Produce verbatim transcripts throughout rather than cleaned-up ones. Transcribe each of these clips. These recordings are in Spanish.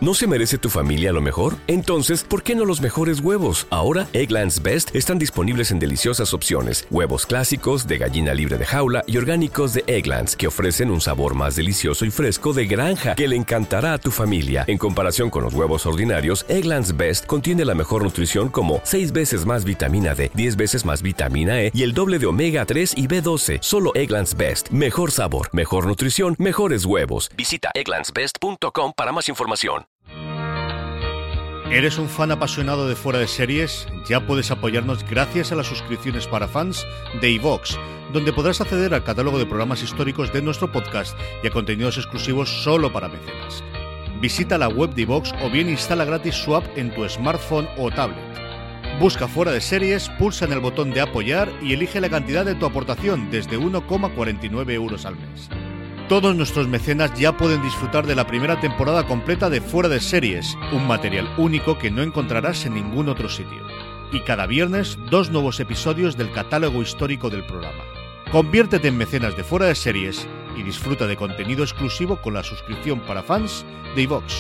¿No se merece tu familia lo mejor? Entonces, ¿por qué no los mejores huevos? Ahora, Eggland's Best están disponibles en deliciosas opciones. Huevos clásicos, de gallina libre de jaula y orgánicos de Eggland's, que ofrecen un sabor más delicioso y fresco de granja que le encantará a tu familia. En comparación con los huevos ordinarios, Eggland's Best contiene la mejor nutrición como seis veces más vitamina D, diez veces más vitamina E y el doble de omega tres y B doce. Solo Eggland's Best. Mejor sabor, mejor nutrición, mejores huevos. Visita egglands best punto com para más información. ¿Eres un fan apasionado de Fuera de Series? Ya puedes apoyarnos gracias a las suscripciones para fans de iVoox, donde podrás acceder al catálogo de programas históricos de nuestro podcast y a contenidos exclusivos solo para mecenas. Visita la web de iVoox o bien instala gratis su app en tu smartphone o tablet. Busca Fuera de Series, pulsa en el botón de apoyar y elige la cantidad de tu aportación desde uno coma cuarenta y nueve euros al mes. Todos nuestros mecenas ya pueden disfrutar de la primera temporada completa de Fuera de Series, un material único que no encontrarás en ningún otro sitio. Y cada viernes, dos nuevos episodios del catálogo histórico del programa. Conviértete en mecenas de Fuera de Series y disfruta de contenido exclusivo con la suscripción para fans de iVoox.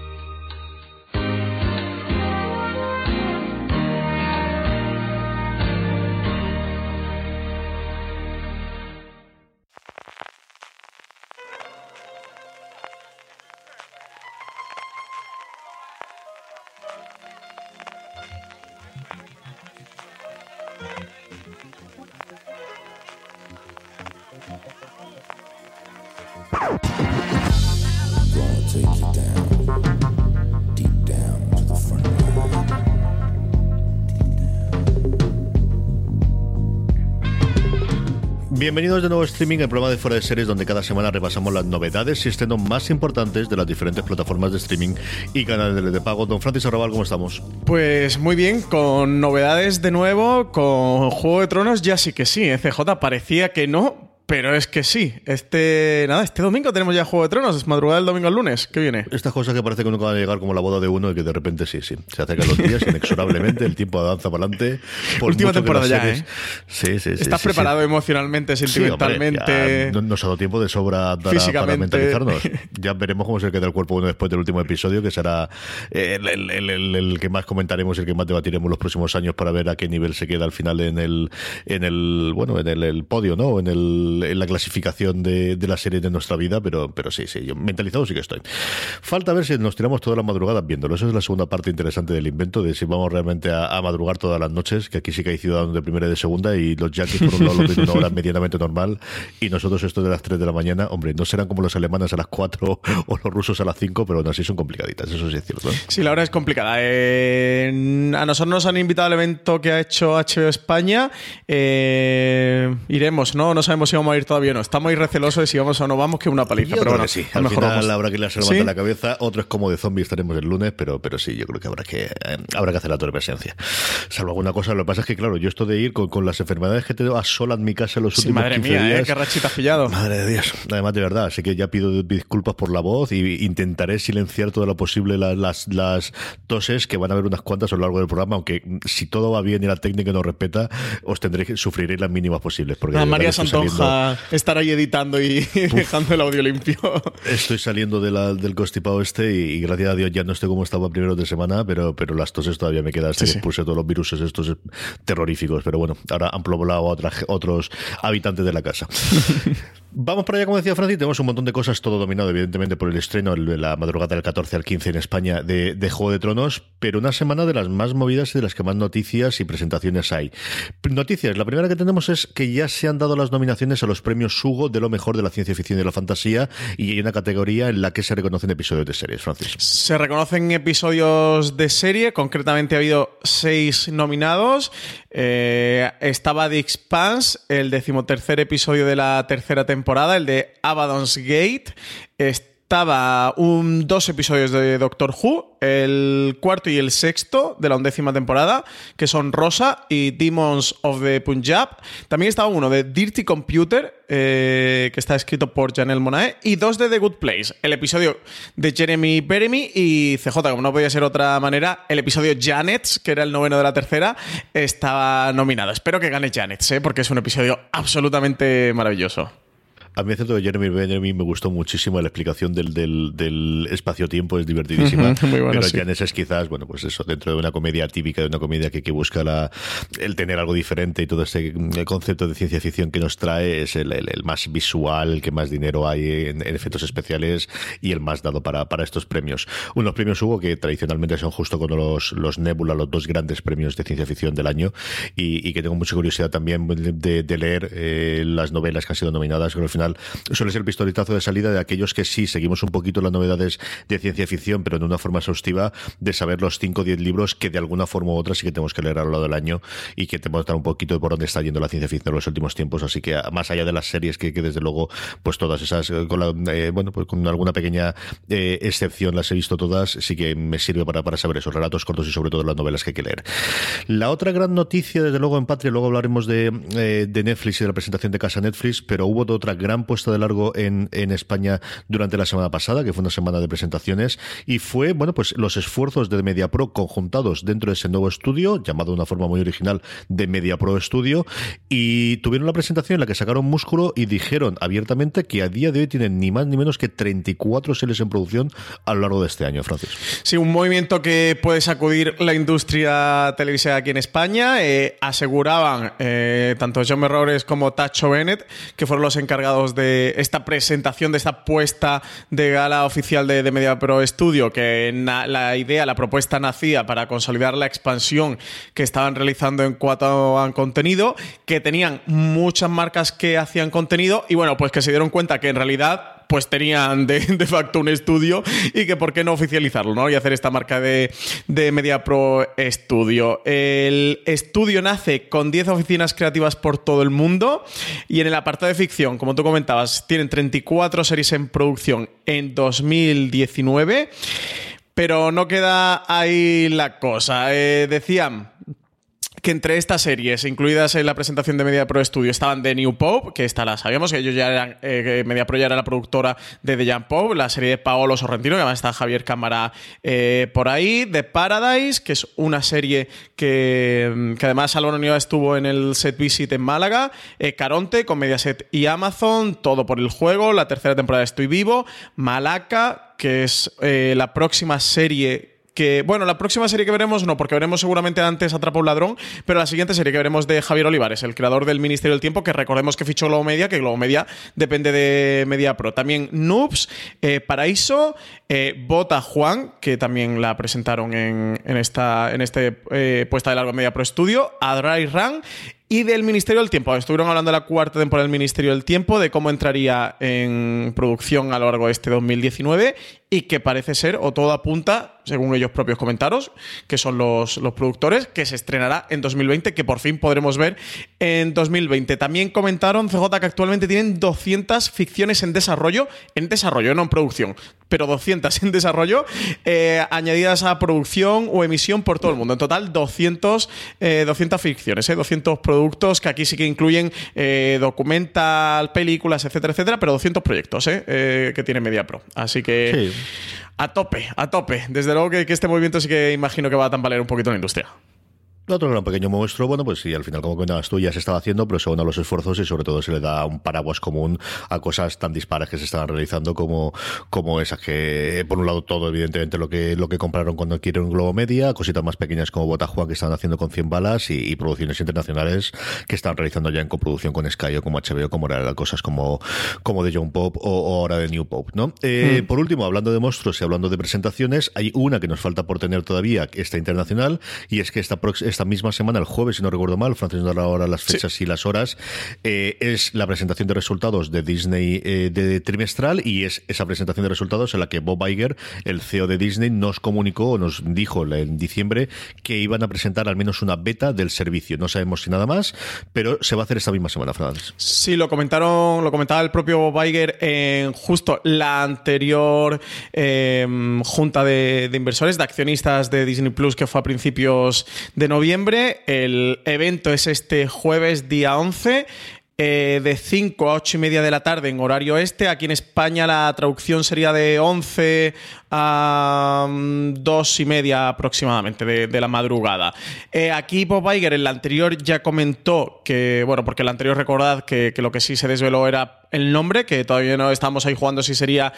Bienvenidos de nuevo a Streaming, el programa de Fuera de Series, donde cada semana repasamos las novedades y estrenos más importantes de las diferentes plataformas de streaming y canales de pago. Don Francis Arrabal, ¿cómo estamos? Pues muy bien, con novedades de nuevo, con Juego de Tronos ya sí que sí, ¿eh? C J parecía que no, pero es que sí. Este nada, este domingo tenemos ya Juego de Tronos, es madrugada del domingo al lunes. ¿Qué viene? Estas cosas que parece que nunca van a llegar como la boda de uno y que de repente sí, sí. Se acercan los días inexorablemente, el tiempo avanza para adelante. Última temporada ya, series... ¿eh? Sí, sí, sí. ¿Estás sí, preparado sí. emocionalmente, sentimentalmente? Sí, hombre, no nos ha dado tiempo de sobra para, para mentalizarnos. Ya veremos cómo se queda el cuerpo uno después del último episodio, que será el, el, el, el, el que más comentaremos y el que más debatiremos los próximos años para ver a qué nivel se queda al final en el, en el bueno, en el, el podio, ¿no? En, el, en la clasificación De, de la serie de nuestra vida, pero, pero sí, sí, yo mentalizado sí que estoy. Falta ver si nos tiramos todas las madrugadas viéndolo. Eso es la segunda parte interesante del invento, de si vamos realmente a, a madrugar todas las noches, que aquí sí que hay ciudadanos de primera y de segunda, y los yankees por un lado lo ven una hora medianamente normal, y nosotros esto de las tres de la mañana, hombre, no serán como los alemanes a las cuatro o los rusos a las cinco, pero aún así son complicaditas, eso sí es cierto, ¿eh? Sí, la hora es complicada. Eh, a nosotros nos han invitado al evento que ha hecho H B O España. Eh, iremos, ¿no? No sabemos si vamos a ir todavía o no. Estamos muy receloso de si vamos o no vamos, que una paliza. Yo pero bueno, que sí. Al mejor final vamos. habrá que le se levanta ¿Sí? la cabeza. Otro es como de zombie, estaremos el lunes, pero, pero sí, yo creo que habrá que eh, habrá que hacer la presencia. Salvo alguna cosa. Lo que pasa es que, claro, yo esto de ir con, con las enfermedades que tengo asolan mi casa en los sí, últimos madre quince mía, días. ¿eh? Qué rachita has pillado. Madre de Dios. Además, de verdad. Así que ya pido disculpas por la voz y intentaré silenciar todo lo posible las, las, las toses, que van a haber unas cuantas a lo largo del programa, aunque si todo va bien y la técnica nos respeta, os tendré que sufriré las mínimas posibles. Porque ah, María Santonja saliendo... estar ahí editando y dejando el audio limpio. Estoy saliendo de la, del constipado este y, y gracias a Dios ya no estoy como estaba primero de semana, pero, pero las toses todavía me quedan hasta sí, que expulse sí. todos los virus estos terroríficos. Pero bueno, ahora han poblado a otra, otros habitantes de la casa. Vamos para allá, como decía Francis, tenemos un montón de cosas, todo dominado evidentemente por el estreno de la madrugada del catorce al quince en España de, de Juego de Tronos, pero una semana de las más movidas y de las que más noticias y presentaciones hay. Noticias, la primera que tenemos es que ya se han dado las nominaciones a los premios Hugo de lo mejor de la ciencia ficción y de la fantasía, y hay una categoría en la que se reconocen episodios de series, Francis. Se reconocen episodios de serie, concretamente ha habido seis nominados. Eh, estaba The Expanse, el decimotercer episodio de la tercera temporada, el de Abaddon's Gate. Estaba un, dos episodios de Doctor Who, el cuarto y el sexto de la undécima temporada, que son Rosa y Demons of the Punjab. También estaba uno de Dirty Computer, eh, que está escrito por Janelle Monáe, y dos de The Good Place, el episodio de Jeremy Beremy y C J, como no podía ser otra manera, el episodio Janets, que era el noveno de la tercera, estaba nominado. Espero que gane Janets, ¿eh? Porque es un episodio absolutamente maravilloso. A mí el centro de Jeremy Benjamin me gustó muchísimo, la explicación del, del, del espacio-tiempo es divertidísima. Muy bueno, pero sí. Janes es quizás, bueno, pues eso, dentro de una comedia típica, de una comedia que, que busca la, el tener algo diferente y todo ese el concepto de ciencia ficción que nos trae, es el, el, el más visual, el que más dinero hay en, en efectos especiales y el más dado para, para estos premios. Unos premios, Hugo, que tradicionalmente son justo con los, los Nebula, los dos grandes premios de ciencia ficción del año, y, y que tengo mucha curiosidad también de, de leer eh, las novelas que han sido nominadas, que al final suele ser el pistoletazo de salida de aquellos que sí seguimos un poquito las novedades de ciencia ficción, pero de una forma exhaustiva, de saber los cinco o diez libros que de alguna forma u otra sí que tenemos que leer a lo largo del año y que te muestran un poquito de por dónde está yendo la ciencia ficción en los últimos tiempos. Así que más allá de las series que, que desde luego, pues todas esas, con la, eh, bueno, pues con alguna pequeña eh, excepción las he visto todas, sí que me sirve para, para saber esos relatos cortos y sobre todo las novelas que hay que leer. La otra gran noticia, desde luego en Patria, luego hablaremos de, eh, de Netflix y de la presentación de casa Netflix, pero hubo otra gran puesta de largo en, en España durante la semana pasada, que fue una semana de presentaciones, y fue, bueno, pues los esfuerzos de MediaPro conjuntados dentro de ese nuevo estudio, llamado de una forma muy original de MediaPro Studio, y tuvieron la presentación en la que sacaron músculo y dijeron abiertamente que a día de hoy tienen ni más ni menos que treinta y cuatro series en producción a lo largo de este año, Francis. Sí, un movimiento que puede sacudir la industria televisiva aquí en España. Eh, aseguraban eh, tanto John Merrores como Tacho Bennett, que fueron los encargados de esta presentación, de esta puesta de gala oficial de, de MediaPro Studio, que na, la idea, la propuesta nacía para consolidar la expansión que estaban realizando en cuanto a contenido, que tenían muchas marcas que hacían contenido y bueno, pues que se dieron cuenta que en realidad pues tenían de, de facto un estudio y que por qué no oficializarlo, ¿no? Y hacer esta marca de, de MediaPro Studio. El estudio nace con diez oficinas creativas por todo el mundo y en el apartado de ficción, como tú comentabas, tienen treinta y cuatro series en producción en dos mil diecinueve, pero no queda ahí la cosa. Eh, decían que entre estas series, incluidas en la presentación de MediaPro Studio, estaban The New Pope, que esta la sabíamos, que ellos ya eran, eh, que MediaPro ya era la productora de The Young Pope, la serie de Paolo Sorrentino, que además está Javier Cámara eh, por ahí, The Paradise, que es una serie que, que además Álvaro Niva estuvo en el set visit en Málaga, eh, Caronte con Mediaset y Amazon, Todo por el Juego, la tercera temporada de Estoy Vivo, Malaca, que es eh, la próxima serie que, bueno, la próxima serie que veremos no, porque veremos seguramente antes Atrapa un ladrón, pero la siguiente serie que veremos de Javier Olivares, el creador del Ministerio del Tiempo, que recordemos que fichó Globo Media, que Globo Media depende de MediaPro. También Noobs, eh, Paraíso, eh, Bota Juan, que también la presentaron en, en esta en este eh, puesta de largo en MediaPro Studio, A Dry Run. Y del Ministerio del Tiempo. Estuvieron hablando de la cuarta temporada del Ministerio del Tiempo, de cómo entraría en producción a lo largo de este dos mil diecinueve y que parece ser, o todo apunta, según ellos propios comentaros, que son los, los productores, que se estrenará en dos mil veinte, que por fin podremos ver en dos mil veinte. También comentaron, C J, que actualmente tienen doscientas ficciones en desarrollo, en desarrollo, no en producción, pero doscientas en desarrollo, eh, añadidas a producción o emisión por todo el mundo. En total, doscientas, eh, doscientas ficciones, eh, doscientos productos, que aquí sí que incluyen eh, documental, películas, etcétera, etcétera, pero doscientos proyectos eh, eh, que tiene MediaPro. Así que sí. a tope, a tope. Desde luego que, que este movimiento sí que imagino que va a tambalear un poquito la industria. Otro gran pequeño muestro, bueno, pues sí, al final, como comentabas tú, ya se estaba haciendo, pero se unen los esfuerzos y sobre todo se le da un paraguas común a cosas tan dispares que se estaban realizando como, como esas que, por un lado, todo, evidentemente, lo que, lo que compraron cuando adquirieron Globo Media, cositas más pequeñas como Bota Juan que estaban haciendo con cien balas y, y producciones internacionales que estaban realizando ya en coproducción con Sky o como H B O, como eran cosas como, como de Young Pop o, o ahora de New Pop, ¿no? Eh, mm. Por último, hablando de monstruos y hablando de presentaciones, hay una que nos falta por tener todavía, esta internacional, y es que esta próxima esta misma semana, el jueves, si no recuerdo mal, Francis nos dará ahora las fechas sí. y las horas, eh, es la presentación de resultados de Disney eh, de trimestral, y es esa presentación de resultados en la que Bob Iger, el C E O de Disney, nos comunicó o nos dijo en diciembre que iban a presentar al menos una beta del servicio. No sabemos si nada más, pero se va a hacer esta misma semana, Francis. Sí, lo comentaron, lo comentaba el propio Bob Iger en justo la anterior eh, junta de, de inversores, de accionistas de Disney Plus, que fue a principios de noviembre. El evento es este jueves, día once, eh, de cinco a ocho y media de la tarde en horario este. Aquí en España la traducción sería de once a dos y media aproximadamente de, de la madrugada. Eh, aquí Bob Iger en la anterior ya comentó que, bueno, porque la anterior recordad que, que lo que sí se desveló era el nombre, que todavía no estamos ahí jugando si sería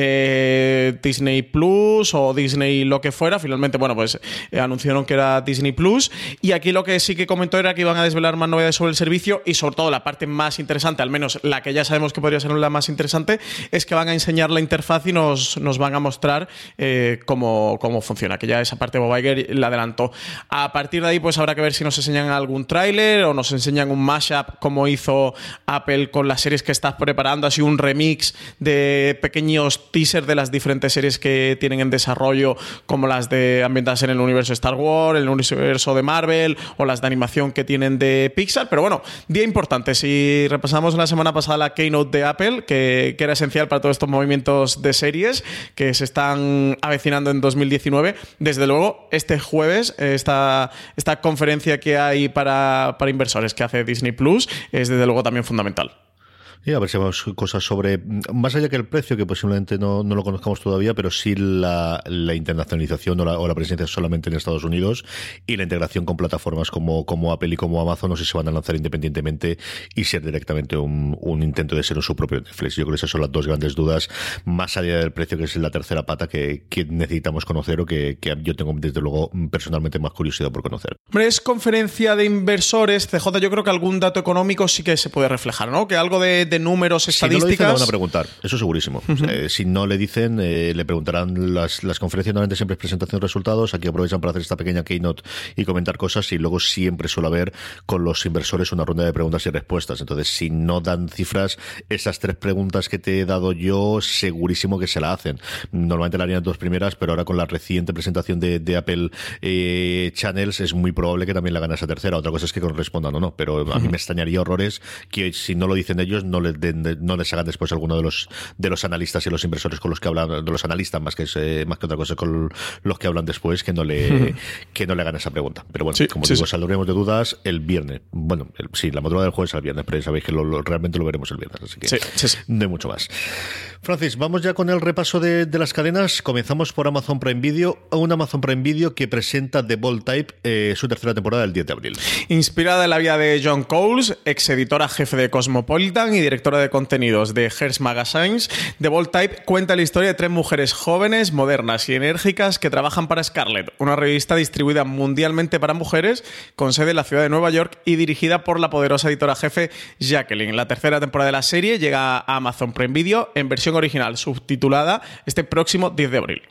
eh, Disney Plus o Disney lo que fuera. Finalmente, bueno, pues eh, anunciaron que era Disney Plus, y aquí lo que sí que comentó era que iban a desvelar más novedades sobre el servicio, y sobre todo la parte más interesante, al menos la que ya sabemos que podría ser la más interesante, es que van a enseñar la interfaz y nos, nos van a mostrar eh, cómo, cómo funciona, que ya esa parte Bob Iger la adelantó. A partir de ahí pues habrá que ver si nos enseñan algún tráiler o nos enseñan un mashup como hizo Apple con las series que estás preparando, así un remix de pequeños teasers de las diferentes series que tienen en desarrollo, como las de ambientadas en el universo de Star Wars, el universo de Marvel o las de animación que tienen de Pixar. Pero bueno, día importante. Si repasamos la semana pasada la keynote de Apple, que, que era esencial para todos estos movimientos de series que se están avecinando en dos mil diecinueve, desde luego este jueves esta, esta conferencia que hay para, para inversores que hace Disney Plus es desde luego también fundamental. Y a ver si vemos cosas sobre, más allá que el precio, que posiblemente no, no lo conozcamos todavía, pero sí la, la internacionalización o la, o la presencia solamente en Estados Unidos, y la integración con plataformas como, como Apple y como Amazon. No sé si van a lanzar independientemente y ser directamente un, un intento de ser su propio Netflix. Yo creo que esas son las dos grandes dudas, más allá del precio, que es la tercera pata que, que necesitamos conocer, o que, que yo tengo desde luego personalmente más curiosidad por conocer. Hombre, es conferencia de inversores, C J, yo creo que algún dato económico sí que se puede reflejar, ¿no? Que algo de, de números, estadísticas... Si no lo dicen, le van a preguntar, eso segurísimo. Uh-huh. Eh, si no le dicen, eh, le preguntarán. Las, las conferencias normalmente siempre es presentación de resultados, aquí aprovechan para hacer esta pequeña keynote y comentar cosas, y luego siempre suele haber con los inversores una ronda de preguntas y respuestas. Entonces, si no dan cifras, esas tres preguntas que te he dado yo, segurísimo que se la hacen. Normalmente la harían dos primeras, pero ahora con la reciente presentación de, de Apple eh, Channels es muy probable que también la gane esa tercera. Otra cosa es que correspondan o no, pero a mí me extrañaría horrores que si no lo dicen ellos, no les den, no les hagan después alguno de los de los analistas y los inversores con los que hablan, de los analistas más que eh, más que otra cosa, con los que hablan después, que no le que no le hagan esa pregunta. Pero bueno, sí, como sí, digo, sí. Saldremos de dudas el viernes. Bueno, el, sí, la madrugada del jueves es el viernes, pero ya sabéis que lo, lo, realmente lo veremos el viernes, así que sí, sí, sí. no hay mucho más. Francis, vamos ya con el repaso de, de las cadenas. Comenzamos por Amazon Prime Video, un Amazon Prime Video que presenta The Bold Type, eh, su tercera temporada el diez de abril. Inspirada en la vida de John Coles, ex editora jefe de Cosmopolitan y directora de contenidos de Hearst Magazines, The Bold Type cuenta la historia de tres mujeres jóvenes, modernas y enérgicas que trabajan para Scarlet, una revista distribuida mundialmente para mujeres con sede en la ciudad de Nueva York y dirigida por la poderosa editora jefe Jacqueline. La tercera temporada de la serie llega a Amazon Prime Video en versión original subtitulada este próximo diez de abril.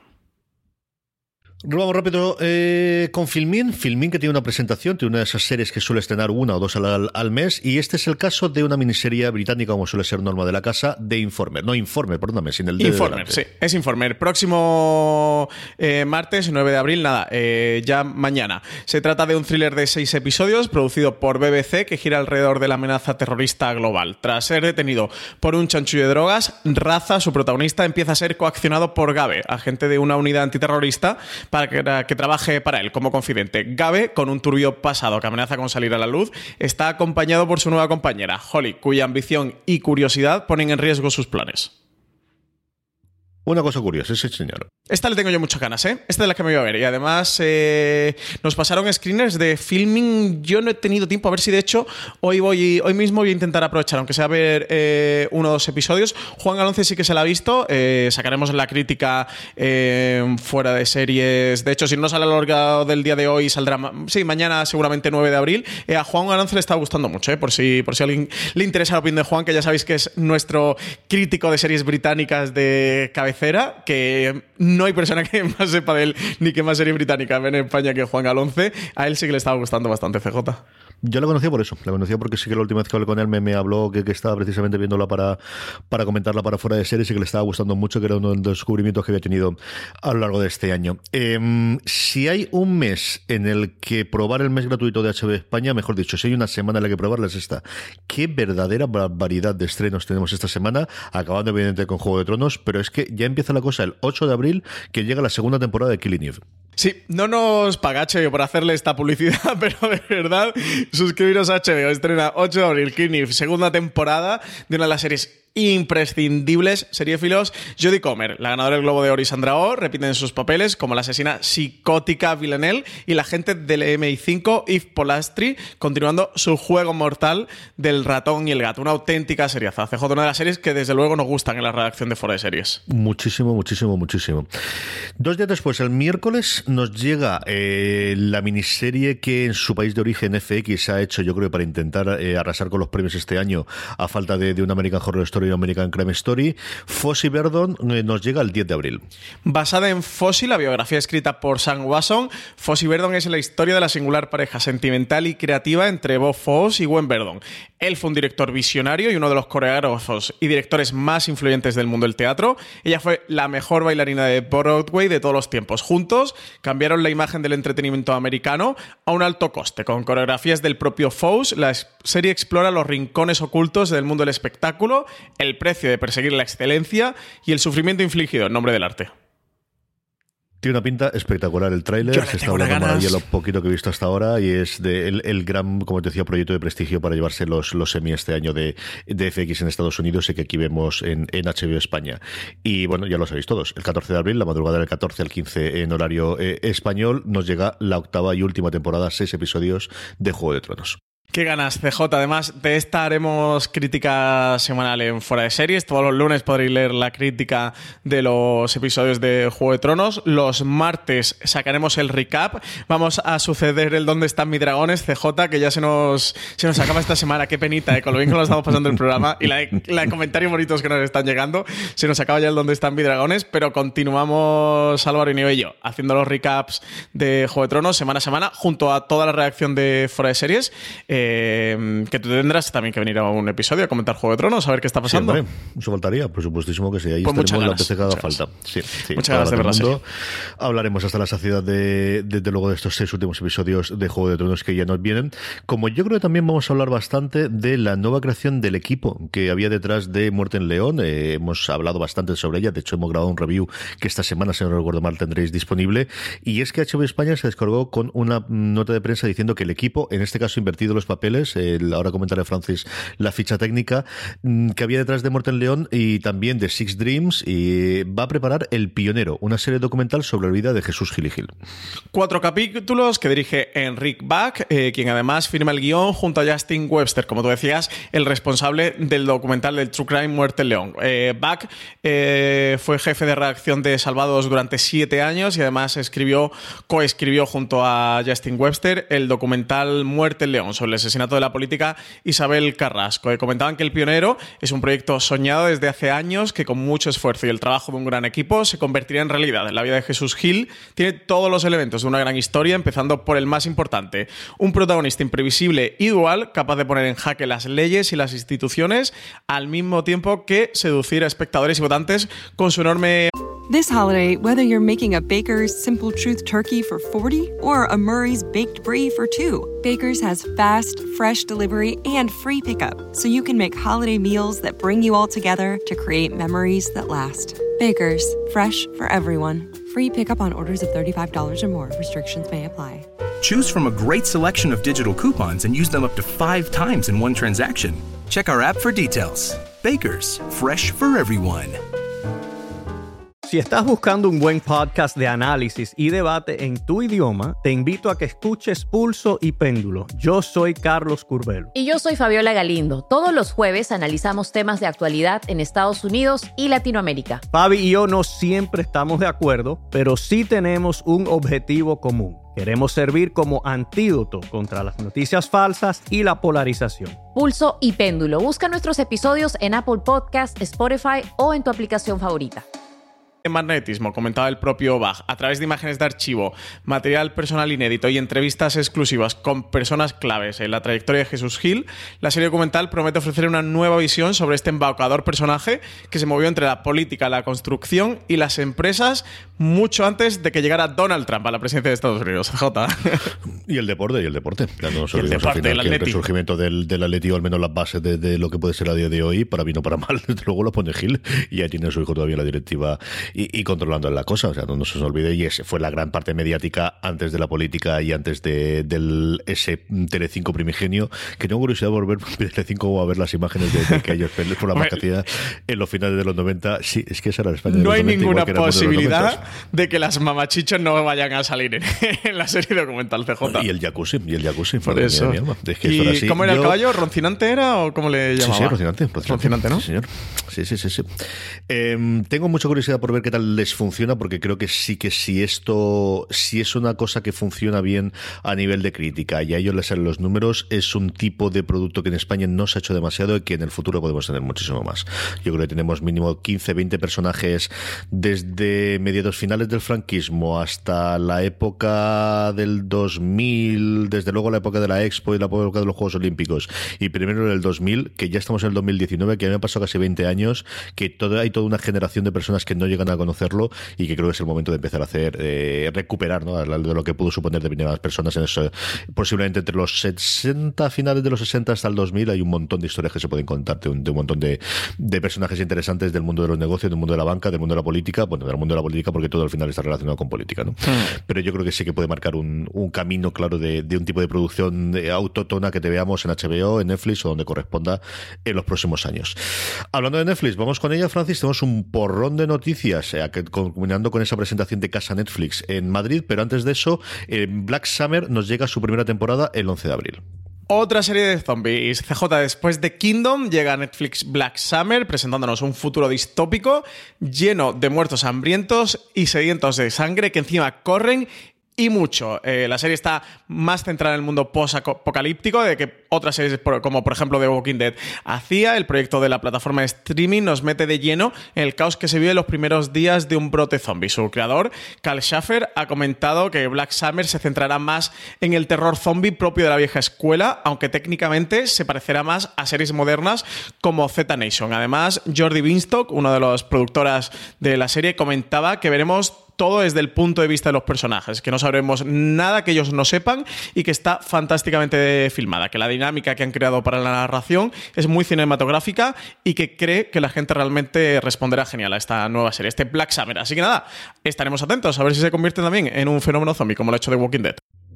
Vamos rápido eh, con Filmin. Filmin, que tiene una presentación, tiene una de esas series que suele estrenar una o dos al, al mes, y este es el caso de una miniserie británica, como suele ser norma de la casa, de Informer. No, Informer, perdóname, sin el de Informer, de sí, es Informer. Próximo eh, martes, nueve de abril, nada, eh, ya mañana. Se trata de un thriller de seis episodios, producido por B B C, que gira alrededor de la amenaza terrorista global. Tras ser detenido por un chanchullo de drogas, Raza, su protagonista, empieza a ser coaccionado por Gabe, agente de una unidad antiterrorista, para que, que trabaje para él como confidente. Gabe, con un turbio pasado que amenaza con salir a la luz, está acompañado por su nueva compañera, Holly, cuya ambición y curiosidad ponen en riesgo sus planes. Una cosa curiosa, ese señor. Esta le tengo yo muchas ganas, ¿eh? Esta es de la que me voy a ver. Y además eh, nos pasaron screeners de Filming. Yo no he tenido tiempo. A ver si de hecho hoy voy hoy mismo voy a intentar aprovechar, aunque sea ver eh, uno o dos episodios. Juan Galonce sí que se la ha visto. Eh, sacaremos la crítica eh, fuera de series. De hecho, si no sale a lo largo del día de hoy, saldrá sí, mañana seguramente nueve de abril. Eh, a Juan Galonce le está gustando mucho, ¿eh? Por si, por si a alguien le interesa la opinión de Juan, que ya sabéis que es nuestro crítico de series británicas de cabecera, que no hay persona que más sepa de él ni que más serie británica ven en España que Juan Galonce. A él sí que le estaba gustando bastante, C J. Yo la conocía por eso, la conocía porque sí que la última vez que hablé con él me, me habló que, que estaba precisamente viéndola para, para comentarla para fuera de series y que le estaba gustando mucho, que era uno de los descubrimientos que había tenido a lo largo de este año. Eh, si hay un mes en el que probar el mes gratuito de H B O España, mejor dicho, si hay una semana en la que probarla es esta. Qué verdadera variedad de estrenos tenemos esta semana, acabando evidentemente con Juego de Tronos, pero es que ya empieza la cosa el ocho de abril, que llega la segunda temporada de Killing Eve. Sí, no nos paga H B O por hacerle esta publicidad, pero de verdad, suscribiros a H B O. Estrena ocho de abril, Killing Eve, segunda temporada de una de las series imprescindibles seriéfilos. Jodie Comer, la ganadora del Globo de Oro, y Sandra Oh repiten sus papeles como la asesina psicótica Villanelle y la agente del M I cinco, Yves Polastri, continuando su juego mortal del ratón y el gato. Una auténtica seriaza. C J, una de las series que desde luego nos gustan en la redacción de Fuera de Series. Muchísimo, muchísimo, muchísimo. Dos días después, el miércoles, nos llega eh, la miniserie que en su país de origen F X ha hecho, yo creo, para intentar eh, arrasar con los premios este año, a falta de, de un American Horror Story y un American Crime Story. Fosse Verdon eh, nos llega el diez de abril. Basada en Fosse, la biografía escrita por Sam Wasson, Fosse Verdon es la historia de la singular pareja sentimental y creativa entre Bob Fosse y Gwen Verdon. Él fue un director visionario y uno de los coreógrafos y directores más influyentes del mundo del teatro. Ella fue la mejor bailarina de Broadway de todos los tiempos. Juntos cambiaron la imagen del entretenimiento americano a un alto coste. Con coreografías del propio Fosse, la serie explora los rincones ocultos del mundo del espectáculo, el precio de perseguir la excelencia y el sufrimiento infligido en nombre del arte. Tiene una pinta espectacular el tráiler, se está hablando maravilla lo poquito que he visto hasta ahora, y es de el, el gran, como te decía, proyecto de prestigio para llevarse los, los Emmy este año de, de F X en Estados Unidos, y que aquí vemos en, en H B O España. Y bueno, ya lo sabéis todos, el catorce de abril, la madrugada del catorce al quince en horario eh, español, nos llega la octava y última temporada, seis episodios de Juego de Tronos. Qué ganas, C J. Además, de esta haremos crítica semanal en Fuera de Series. Todos los lunes podréis leer la crítica de los episodios de Juego de Tronos. Los martes sacaremos el recap. Vamos a suceder el ¿Dónde están mis dragones? C J, que ya se nos, se nos acaba esta semana. Qué penita, ¿eh? Con lo bien que nos estamos pasando el programa y la de, la de comentarios bonitos que nos están llegando. Se nos acaba ya el ¿Dónde están mis dragones? Pero continuamos, Álvaro y Neo y yo, haciendo los recaps de Juego de Tronos semana a semana, junto a toda la redacción de Fuera de Series. Eh, Eh, que tú tendrás también que venir a un episodio a comentar Juego de Tronos, a ver qué está pasando. Sí, hombre, eso faltaría, por supuestísimo que sí. Ahí pues estaremos ganas, la vez que haga falta. Sí, sí, muchas ganas de ver la serie. Hablaremos hasta la saciedad de, desde luego, de estos seis últimos episodios de Juego de Tronos que ya nos vienen. Como yo creo que también vamos a hablar bastante de la nueva creación del equipo que había detrás de Muerte en León. Eh, hemos hablado bastante sobre ella. De hecho, hemos grabado un review que esta semana, si no recuerdo mal, tendréis disponible. Y es que H B O España se descargó con una nota de prensa diciendo que el equipo, en este caso invertido los papeles, el ahora comentaré, Francis, la ficha técnica que había detrás de Muerte en León y también de Six Dreams, y va a preparar El Pionero, una serie documental sobre la vida de Jesús Gil y Gil. Cuatro capítulos que dirige Enric Bach, eh, quien además firma el guión junto a Justin Webster, como tú decías, el responsable del documental del True Crime Muerte en León. Eh, Bach eh, fue jefe de redacción de Salvados durante siete años y además escribió, coescribió junto a Justin Webster el documental Muerte en León sobre el asesinato de la política Isabel Carrasco. Comentaban que El Pionero es un proyecto soñado desde hace años que con mucho esfuerzo y el trabajo de un gran equipo se convertiría en realidad. La vida de Jesús Gil tiene todos los elementos de una gran historia, empezando por el más importante: un protagonista imprevisible y dual, capaz de poner en jaque las leyes y las instituciones, al mismo tiempo que seducir a espectadores y votantes con su enorme... This holiday, whether you're making a Baker's Simple Truth turkey for forty or a Murray's Baked Brie for two, Baker's has fast, fresh delivery and free pickup, so you can make holiday meals that bring you all together to create memories that last. Baker's, fresh for everyone. Free pickup on orders of thirty-five dollars or more. Restrictions may apply. Choose from a great selection of digital coupons and use them up to five times in one transaction. Check our app for details. Baker's, fresh for everyone. Si estás buscando un buen podcast de análisis y debate en tu idioma, te invito a que escuches Pulso y Péndulo. Yo soy Carlos Curbelo. Y yo soy Fabiola Galindo. Todos los jueves analizamos temas de actualidad en Estados Unidos y Latinoamérica. Fabi y yo no siempre estamos de acuerdo, pero sí tenemos un objetivo común. Queremos servir como antídoto contra las noticias falsas y la polarización. Pulso y Péndulo. Busca nuestros episodios en Apple Podcast, Spotify o en tu aplicación favorita. Magnetismo, comentaba el propio Bach, a través de imágenes de archivo, material personal inédito y entrevistas exclusivas con personas claves en la trayectoria de Jesús Gil, la serie documental promete ofrecer una nueva visión sobre este embaucador personaje que se movió entre la política, la construcción y las empresas mucho antes de que llegara Donald Trump a la presidencia de Estados Unidos. J. Y el deporte, y el deporte. Ya no nos y el deporte, al final, el, que el resurgimiento del, del Atleti, o al menos las bases de, de lo que puede ser a día de hoy, para bien o para mal, desde luego lo pone Gil, y ya tiene a su hijo todavía en la directiva y, y controlando la cosa, o sea, no, no se os olvide, y ese fue la gran parte mediática antes de la política y antes de del ese Telecinco primigenio, que tengo curiosidad por ver Telecinco a ver las imágenes de, de que ellos por la marcacidad en los finales de los noventa. Sí, es que esa era la España de no los hay noventa, ninguna que posibilidad de que las mamachichos no vayan a salir en, en la serie documental C J. Y el jacuzzi, y el jacuzzi, por eso. Mi alma. Es que ¿Y era así. cómo era Yo... el caballo? ¿Roncinante era o cómo le llamaba? Sí, sí, Rocinante. Rocinante, Rocinante, ¿no? Sí, señor. Sí, sí, sí, sí. Eh, tengo mucha curiosidad por ver qué tal les funciona, porque creo que sí que si esto, si es una cosa que funciona bien a nivel de crítica y a ellos les salen los números, es un tipo de producto que en España no se ha hecho demasiado y que en el futuro podemos tener muchísimo más. Yo creo que tenemos mínimo quince, veinte personajes desde mediados finales del franquismo hasta la época del dos mil, desde luego la época de la Expo y la época de los Juegos Olímpicos, y primero en el dos mil, que ya estamos en el dos mil diecinueve, que ya me han pasado casi veinte años, que todo, hay toda una generación de personas que no llegan a conocerlo y que creo que es el momento de empezar a hacer, eh, recuperar, ¿no?, de lo que pudo suponer de primeras personas en eso. Posiblemente entre los sesenta, finales de los sesenta hasta el dos mil, hay un montón de historias que se pueden contar de un, de un montón de, de personajes interesantes del mundo de los negocios, del mundo de la banca, del mundo de la política, bueno, del mundo de la política porque todo al final está relacionado con política, ¿no? Mm. Pero yo creo que sí que puede marcar un, un camino claro de, de un tipo de producción autótona que te veamos en H B O, en Netflix o donde corresponda en los próximos años. Hablando de Netflix, vamos con ella, Francis. Tenemos un porrón de noticias, eh, culminando con esa presentación de Casa Netflix en Madrid, pero antes de eso, eh, Black Summer nos llega a su primera temporada el once de abril. Otra serie de zombies. C J, después de Kingdom, llega a Netflix Black Summer, presentándonos un futuro distópico lleno de muertos hambrientos y sedientos de sangre que encima corren y mucho. Eh, la serie está más centrada en el mundo post-apocalíptico de que otras series como por ejemplo The Walking Dead hacía. El proyecto de la plataforma de streaming nos mete de lleno en el caos que se vive en los primeros días de un brote zombie. Su creador, Carl Schaffer, ha comentado que Black Summer se centrará más en el terror zombie propio de la vieja escuela, aunque técnicamente se parecerá más a series modernas como Z Nation. Además, Jordi Binstock, una de las productoras de la serie, comentaba que veremos todo desde el punto de vista de los personajes, que no sabremos nada que ellos no sepan y que está fantásticamente filmada, que la dinámica que han creado para la narración es muy cinematográfica y que cree que la gente realmente responderá genial a esta nueva serie, este Black Summer. Así que nada, estaremos atentos a ver si se convierte también en un fenómeno zombie como lo ha hecho The Walking Dead.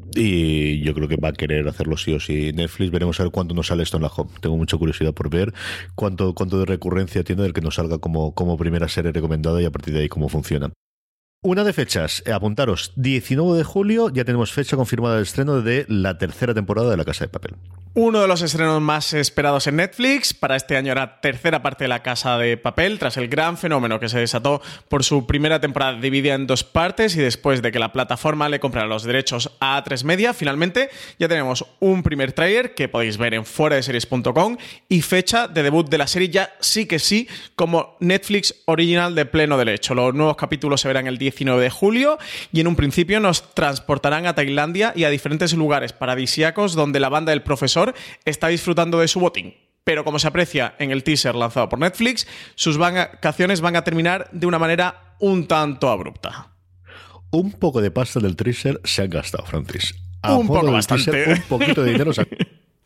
Y yo creo que va a querer hacerlo sí o sí Netflix. Veremos a ver cuánto nos sale esto en la home. Tengo mucha curiosidad por ver cuánto, cuánto de recurrencia tiene del que nos salga como, como primera serie recomendada y a partir de ahí cómo funciona. Una de fechas, eh, apuntaros, diecinueve de julio ya tenemos fecha confirmada de estreno de la tercera temporada de La Casa de Papel. Uno de los estrenos más esperados en Netflix. Para este año era tercera parte de La Casa de Papel, tras el gran fenómeno que se desató por su primera temporada dividida en dos partes y después de que la plataforma le comprara los derechos a A tres Media. Finalmente ya tenemos un primer tráiler que podéis ver en fuera de series punto com y fecha de debut de la serie ya sí que sí como Netflix Original de pleno derecho. Los nuevos capítulos se verán el diecinueve de julio y en un principio nos transportarán a Tailandia y a diferentes lugares paradisíacos donde la banda del profesor está disfrutando de su botín. Pero como se aprecia en el teaser lanzado por Netflix, sus vacaciones van a terminar de una manera un tanto abrupta. Un poco de pasta del teaser se han gastado, Francis. A un poco bastante. Teaser, un poquito de dinero se han...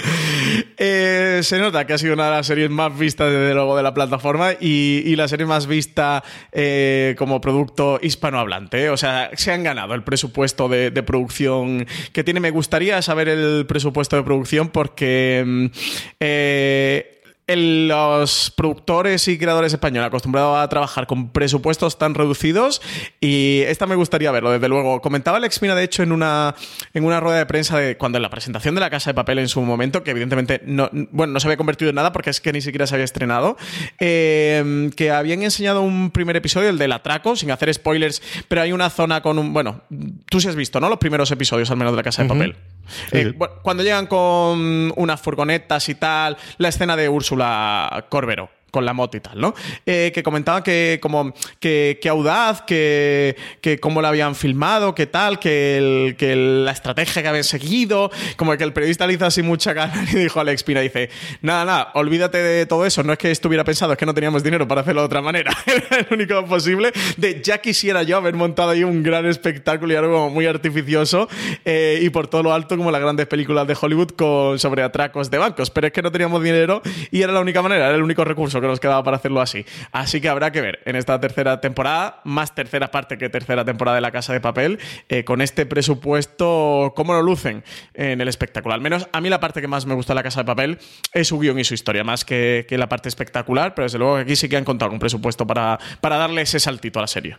Eh, se nota que ha sido una de las series más vistas desde luego de la plataforma y, y la serie más vista eh, como producto hispanohablante, ¿eh? O sea, se han ganado el presupuesto de, de producción que tiene. Me gustaría saber el presupuesto de producción porque eh, el, los productores y creadores españoles acostumbrados a trabajar con presupuestos tan reducidos y esta me gustaría verlo, desde luego. Comentaba Alex Mina, de hecho, en una, en una rueda de prensa de cuando en la presentación de La Casa de Papel en su momento, que evidentemente no, bueno, no se había convertido en nada porque es que ni siquiera se había estrenado, eh, que habían enseñado un primer episodio, el del atraco, sin hacer spoilers, pero hay una zona con un... Bueno, tú sí has visto, ¿no?, los primeros episodios al menos de La Casa de uh-huh. Papel. Sí. Eh, bueno, cuando llegan con unas furgonetas y tal, la escena de Úrsula Corbero con la moto y tal, ¿no? Eh, que comentaba que como que, que audaz, que, que cómo la habían filmado, que tal, que, el, que el, la estrategia que habían seguido, como que el periodista le hizo así mucha cara y dijo a Alex Pina, dice, nada, nada, olvídate de todo eso, no es que estuviera pensado, es que no teníamos dinero para hacerlo de otra manera, era lo único posible, de ya quisiera yo haber montado ahí un gran espectáculo y algo como muy artificioso eh, y por todo lo alto como las grandes películas de Hollywood con, sobre atracos de bancos, pero es que no teníamos dinero y era la única manera, era el único recurso lo que nos quedaba para hacerlo así. Así que habrá que ver en esta tercera temporada, más tercera parte que tercera temporada de La Casa de Papel, eh, con este presupuesto, cómo lo lucen en el espectáculo. Al menos a mí la parte que más me gusta de La Casa de Papel es su guión y su historia, más que, que la parte espectacular, pero desde luego que aquí sí que han contado un presupuesto para, para darle ese saltito a la serie.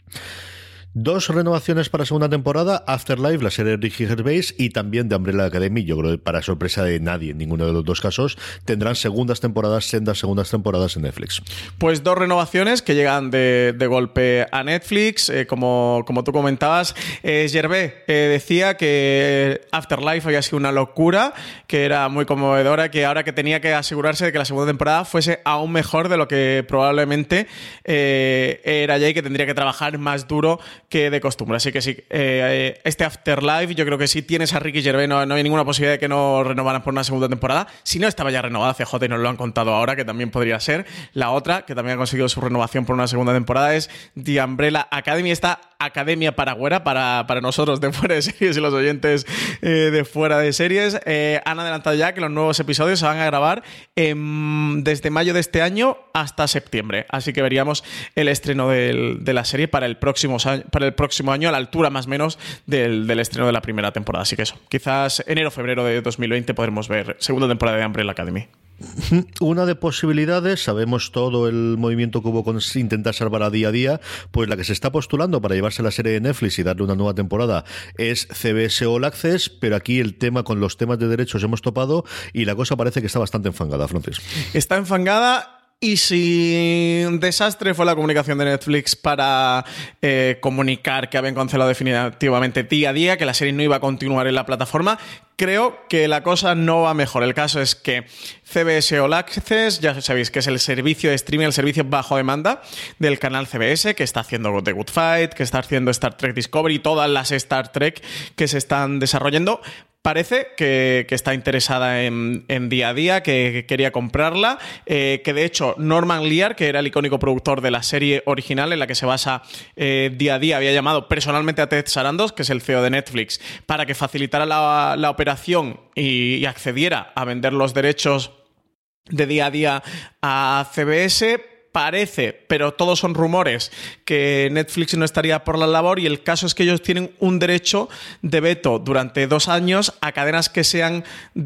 Dos renovaciones para segunda temporada, Afterlife, la serie de Ricky Gervais, y también de Umbrella Academy. Yo creo que para sorpresa de nadie, en ninguno de los dos casos, tendrán segundas temporadas, sendas segundas temporadas en Netflix. Pues dos renovaciones que llegan de, de golpe a Netflix. Eh, como, como tú comentabas, eh, Gervais eh, decía que Afterlife había sido una locura, que era muy conmovedora, que ahora que tenía que asegurarse de que la segunda temporada fuese aún mejor de lo que probablemente eh, era ya, y que tendría que trabajar más duro que de costumbre. Así que sí, eh, este Afterlife, yo creo que si tienes a Ricky Gervais, no, no hay ninguna posibilidad de que no renovaran por una segunda temporada. Si no estaba ya renovada, C J, y nos lo han contado ahora, que también podría ser. La otra, que también ha conseguido su renovación por una segunda temporada, es The Umbrella Academy, esta academia paragüera para, para nosotros de fuera de series y los oyentes eh, de fuera de series. Eh, han adelantado ya que los nuevos episodios se van a grabar en, desde mayo de este año hasta septiembre. Así que veríamos el estreno del, de la serie para el próximo año, para el próximo año, a la altura más o menos del, del estreno de la primera temporada. Así que eso, quizás enero o febrero de dos mil veinte podremos ver segunda temporada de Umbrella Academy. Una de posibilidades, sabemos todo el movimiento que hubo con intentar salvar a día a día, pues la que se está postulando para llevarse la serie de Netflix y darle una nueva temporada es C B S All Access, pero aquí el tema con los temas de derechos hemos topado y la cosa parece que está bastante enfangada, Francis. Está enfangada. Y si un desastre fue la comunicación de Netflix para eh, comunicar que habían cancelado definitivamente día a día, que la serie no iba a continuar en la plataforma, creo que la cosa no va mejor. El caso es que C B S All Access, ya sabéis que es el servicio de streaming, el servicio bajo demanda del canal C B S, que está haciendo The Good Fight, que está haciendo Star Trek Discovery, todas las Star Trek que se están desarrollando. Parece que, que está interesada en, en Día a Día, que, que quería comprarla, eh, que de hecho Norman Lear, que era el icónico productor de la serie original en la que se basa eh, Día a Día, había llamado personalmente a Ted Sarandos, que es el C E O de Netflix, para que facilitara la, la operación y, y accediera a vender los derechos de Día a Día a C B S. Parece, pero todos son rumores, que Netflix no estaría por la labor, y el caso es que ellos tienen un derecho de veto durante dos años a cadenas que sean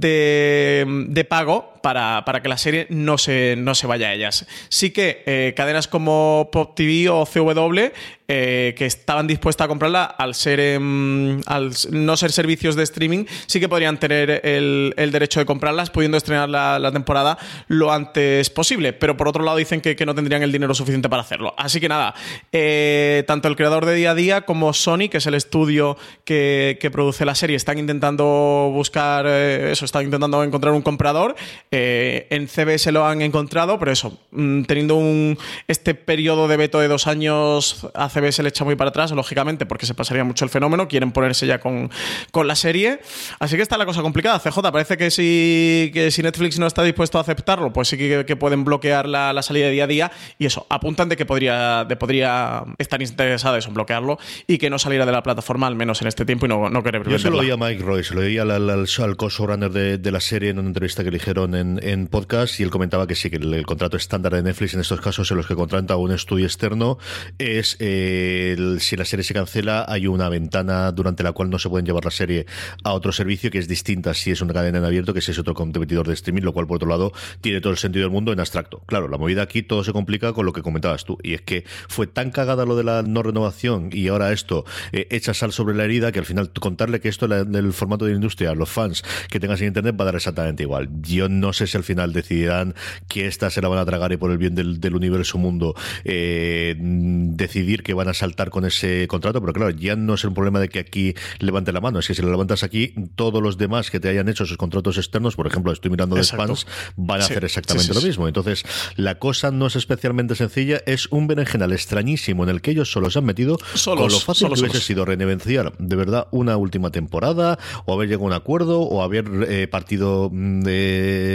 de, de pago para, para que la serie no se, no se vaya a ellas. Sí que eh, cadenas como Pop T V o C W, eh, que estaban dispuestas a comprarla, al ser eh, al no ser servicios de streaming, sí que podrían tener el, el derecho de comprarlas, pudiendo estrenar la, la temporada lo antes posible, pero por otro lado dicen que, que no tendrían el dinero suficiente para hacerlo. Así que nada, eh, tanto el creador de Día a Día como Sony, que es el estudio que, que produce la serie, están intentando buscar eh, eso, están intentando encontrar un comprador. Eh, en C B S lo han encontrado, pero eso, mmm, teniendo un este periodo de veto de dos años, a C B S le echa muy para atrás, lógicamente, porque se pasaría mucho el fenómeno, quieren ponerse ya con, con la serie. Así que está la cosa complicada. C J, parece que si, que si Netflix no está dispuesto a aceptarlo, pues sí que, que pueden bloquear la, la salida de Día a Día, y eso, apuntan de que podría, de podría estar interesada en bloquearlo y que no saliera de la plataforma, al menos en este tiempo, y no, no querer venderla. Yo se lo oí a Mike Roy, se lo oí al, al, al co-showrunner de, de la serie en una entrevista que eligieron en, en podcast, y él comentaba que sí, que el, el contrato estándar de Netflix en estos casos en los que contrata un estudio externo es eh, el, si la serie se cancela, hay una ventana durante la cual no se pueden llevar la serie a otro servicio, que es distinta si es una cadena en abierto que si es otro competidor de streaming, lo cual por otro lado tiene todo el sentido del mundo en abstracto. Claro, la movida aquí todo se complica con lo que comentabas tú, y es que fue tan cagada lo de la no renovación y ahora esto eh, echa sal sobre la herida, que al final contarle que esto del formato de la industria a los fans que tengas en internet va a dar exactamente igual. Yo no sé si al final decidirán que esta se la van a tragar y por el bien del, del universo mundo eh, decidir que van a saltar con ese contrato, pero claro, ya no es un problema de que aquí levante la mano, es que si lo levantas aquí, todos los demás que te hayan hecho esos contratos externos, por ejemplo, estoy mirando de Spans, van a sí, hacer exactamente sí, sí, lo mismo. Sí. Entonces, la cosa no es especialmente sencilla, es un berenjenal extrañísimo en el que ellos solo se han metido, solos, con lo fácil solos, que hubiese solos. sido renegociar de verdad una última temporada, o haber llegado a un acuerdo, o haber eh, partido de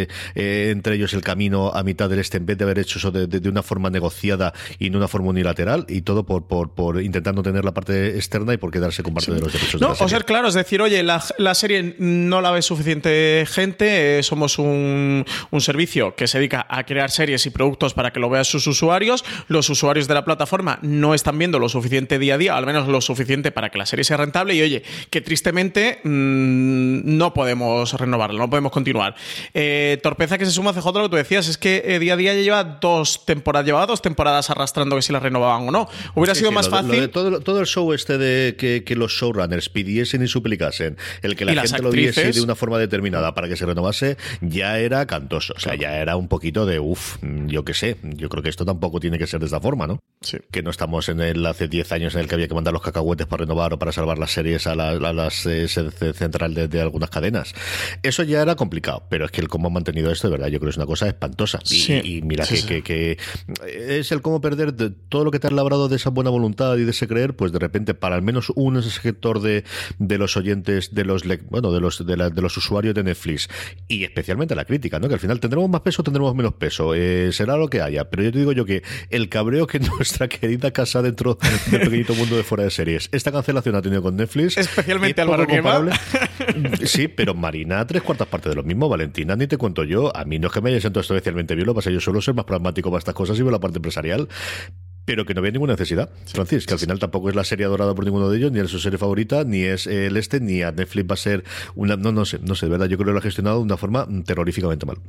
eh, eh, entre ellos el camino a mitad del este, en vez de haber hecho eso de, de, de una forma negociada y no una forma unilateral, y todo por, por, por intentando tener la parte externa y por quedarse con parte sí. de los derechos no, de la serie. O ser claro, es decir, oye, la, la serie no la ve suficiente gente, eh, somos un, un servicio que se dedica a crear series y productos para que lo vean sus usuarios, los usuarios de la plataforma no están viendo lo suficiente día a día, al menos lo suficiente para que la serie sea rentable, y oye, que tristemente mmm, no podemos renovarla, no podemos continuar. Eh, torpeza que se suma a C J, lo que tú decías, es que eh, día a día ya lleva dos temporadas, llevaba dos temporadas arrastrando que si la renovaban o no. Hubiera sí, sido sí, más lo fácil. De, lo de todo, todo el show este de que, que los showrunners pidiesen y suplicasen, el que la gente lo diese de una forma determinada para que se renovase, ya era cantoso. O sea, ya era un poquito de uff, yo qué sé, yo creo que esto tampoco tiene que ser de esta forma, ¿no? Sí. Que no estamos en el hace diez años en el que había que mandar los cacahuetes para renovar o para salvar las series a la, a las eh, sede central de, de algunas cadenas. Eso ya era complicado, pero es que el cómo han mantenido esto, de verdad, yo creo que es una cosa espantosa. Y, sí. y mira sí, que, sí. Que, que es el cómo perder de todo lo que te has labrado de esa buena voluntad y de ese creer, pues de repente para al menos un sector de, de los oyentes, de los bueno, de los de, la, de los usuarios de Netflix y especialmente la crítica, ¿no? Que al final tendremos más peso, tendremos menos peso, eh, será lo que haya, pero yo te digo yo que el cabreo que nuestra querida casa dentro del pequeñito mundo de fuera de series, esta cancelación ha tenido con Netflix, especialmente Álvaro comparable. Sí, pero Marina, tres cuartas partes de lo mismo, Valentina, ni te cuento yo, a mí no es que me haya sentado especialmente bien, lo que pasa, yo suelo ser más pragmático para estas cosas y veo la parte empresarial, pero que no había ninguna necesidad, Francis, que al final tampoco es la serie adorada por ninguno de ellos, ni es su serie favorita, ni es el este, ni a Netflix va a ser una, no, no sé, no sé, de verdad, yo creo que lo ha gestionado de una forma terroríficamente mal.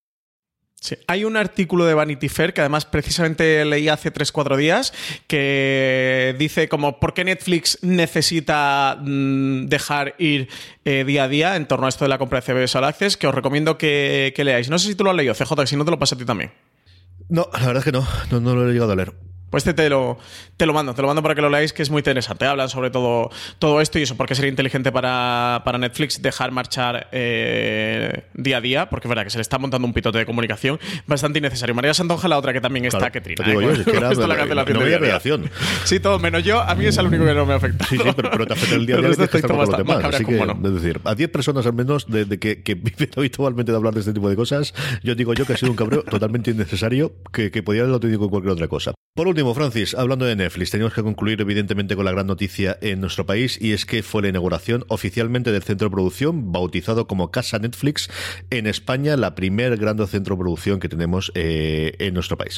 Sí. Hay un artículo de Vanity Fair que además precisamente leí hace tres cuatro días que dice como por qué Netflix necesita mmm, dejar ir eh, día a día en torno a esto de la compra de C B S All Access, que os recomiendo que, que leáis. No sé si tú lo has leído, C J, que si no te lo paso a ti también. No, la verdad es que no, no, no lo he llegado a leer. Pues te, te, lo, te lo mando, te lo mando para que lo leáis, que es muy interesante. Hablan sobre todo, todo esto y eso, porque sería inteligente para, para Netflix dejar marchar eh, día a día, porque es verdad que se le está montando un pitote de comunicación bastante innecesario. María Santonja, la otra que también está, claro, que trina. Te digo ¿eh? yo, es que era, la no, cancelación no de había reacción. Sí, todo menos yo, a mí es el único que no me afecta. Sí, sí, pero, pero te afecta el día a día que tienes que estar con los demás. Así que, no. Es decir, a diez personas al menos de, de que, que viven habitualmente de hablar de este tipo de cosas, yo digo yo que ha sido un cabreo totalmente innecesario que, que podía haberlo tenido con cualquier otra cosa. Por último, Francis, hablando de Netflix, teníamos que concluir evidentemente con la gran noticia en nuestro país, y es que fue la inauguración oficialmente del centro de producción bautizado como Casa Netflix en España, la primer gran centro de producción que tenemos eh, en nuestro país.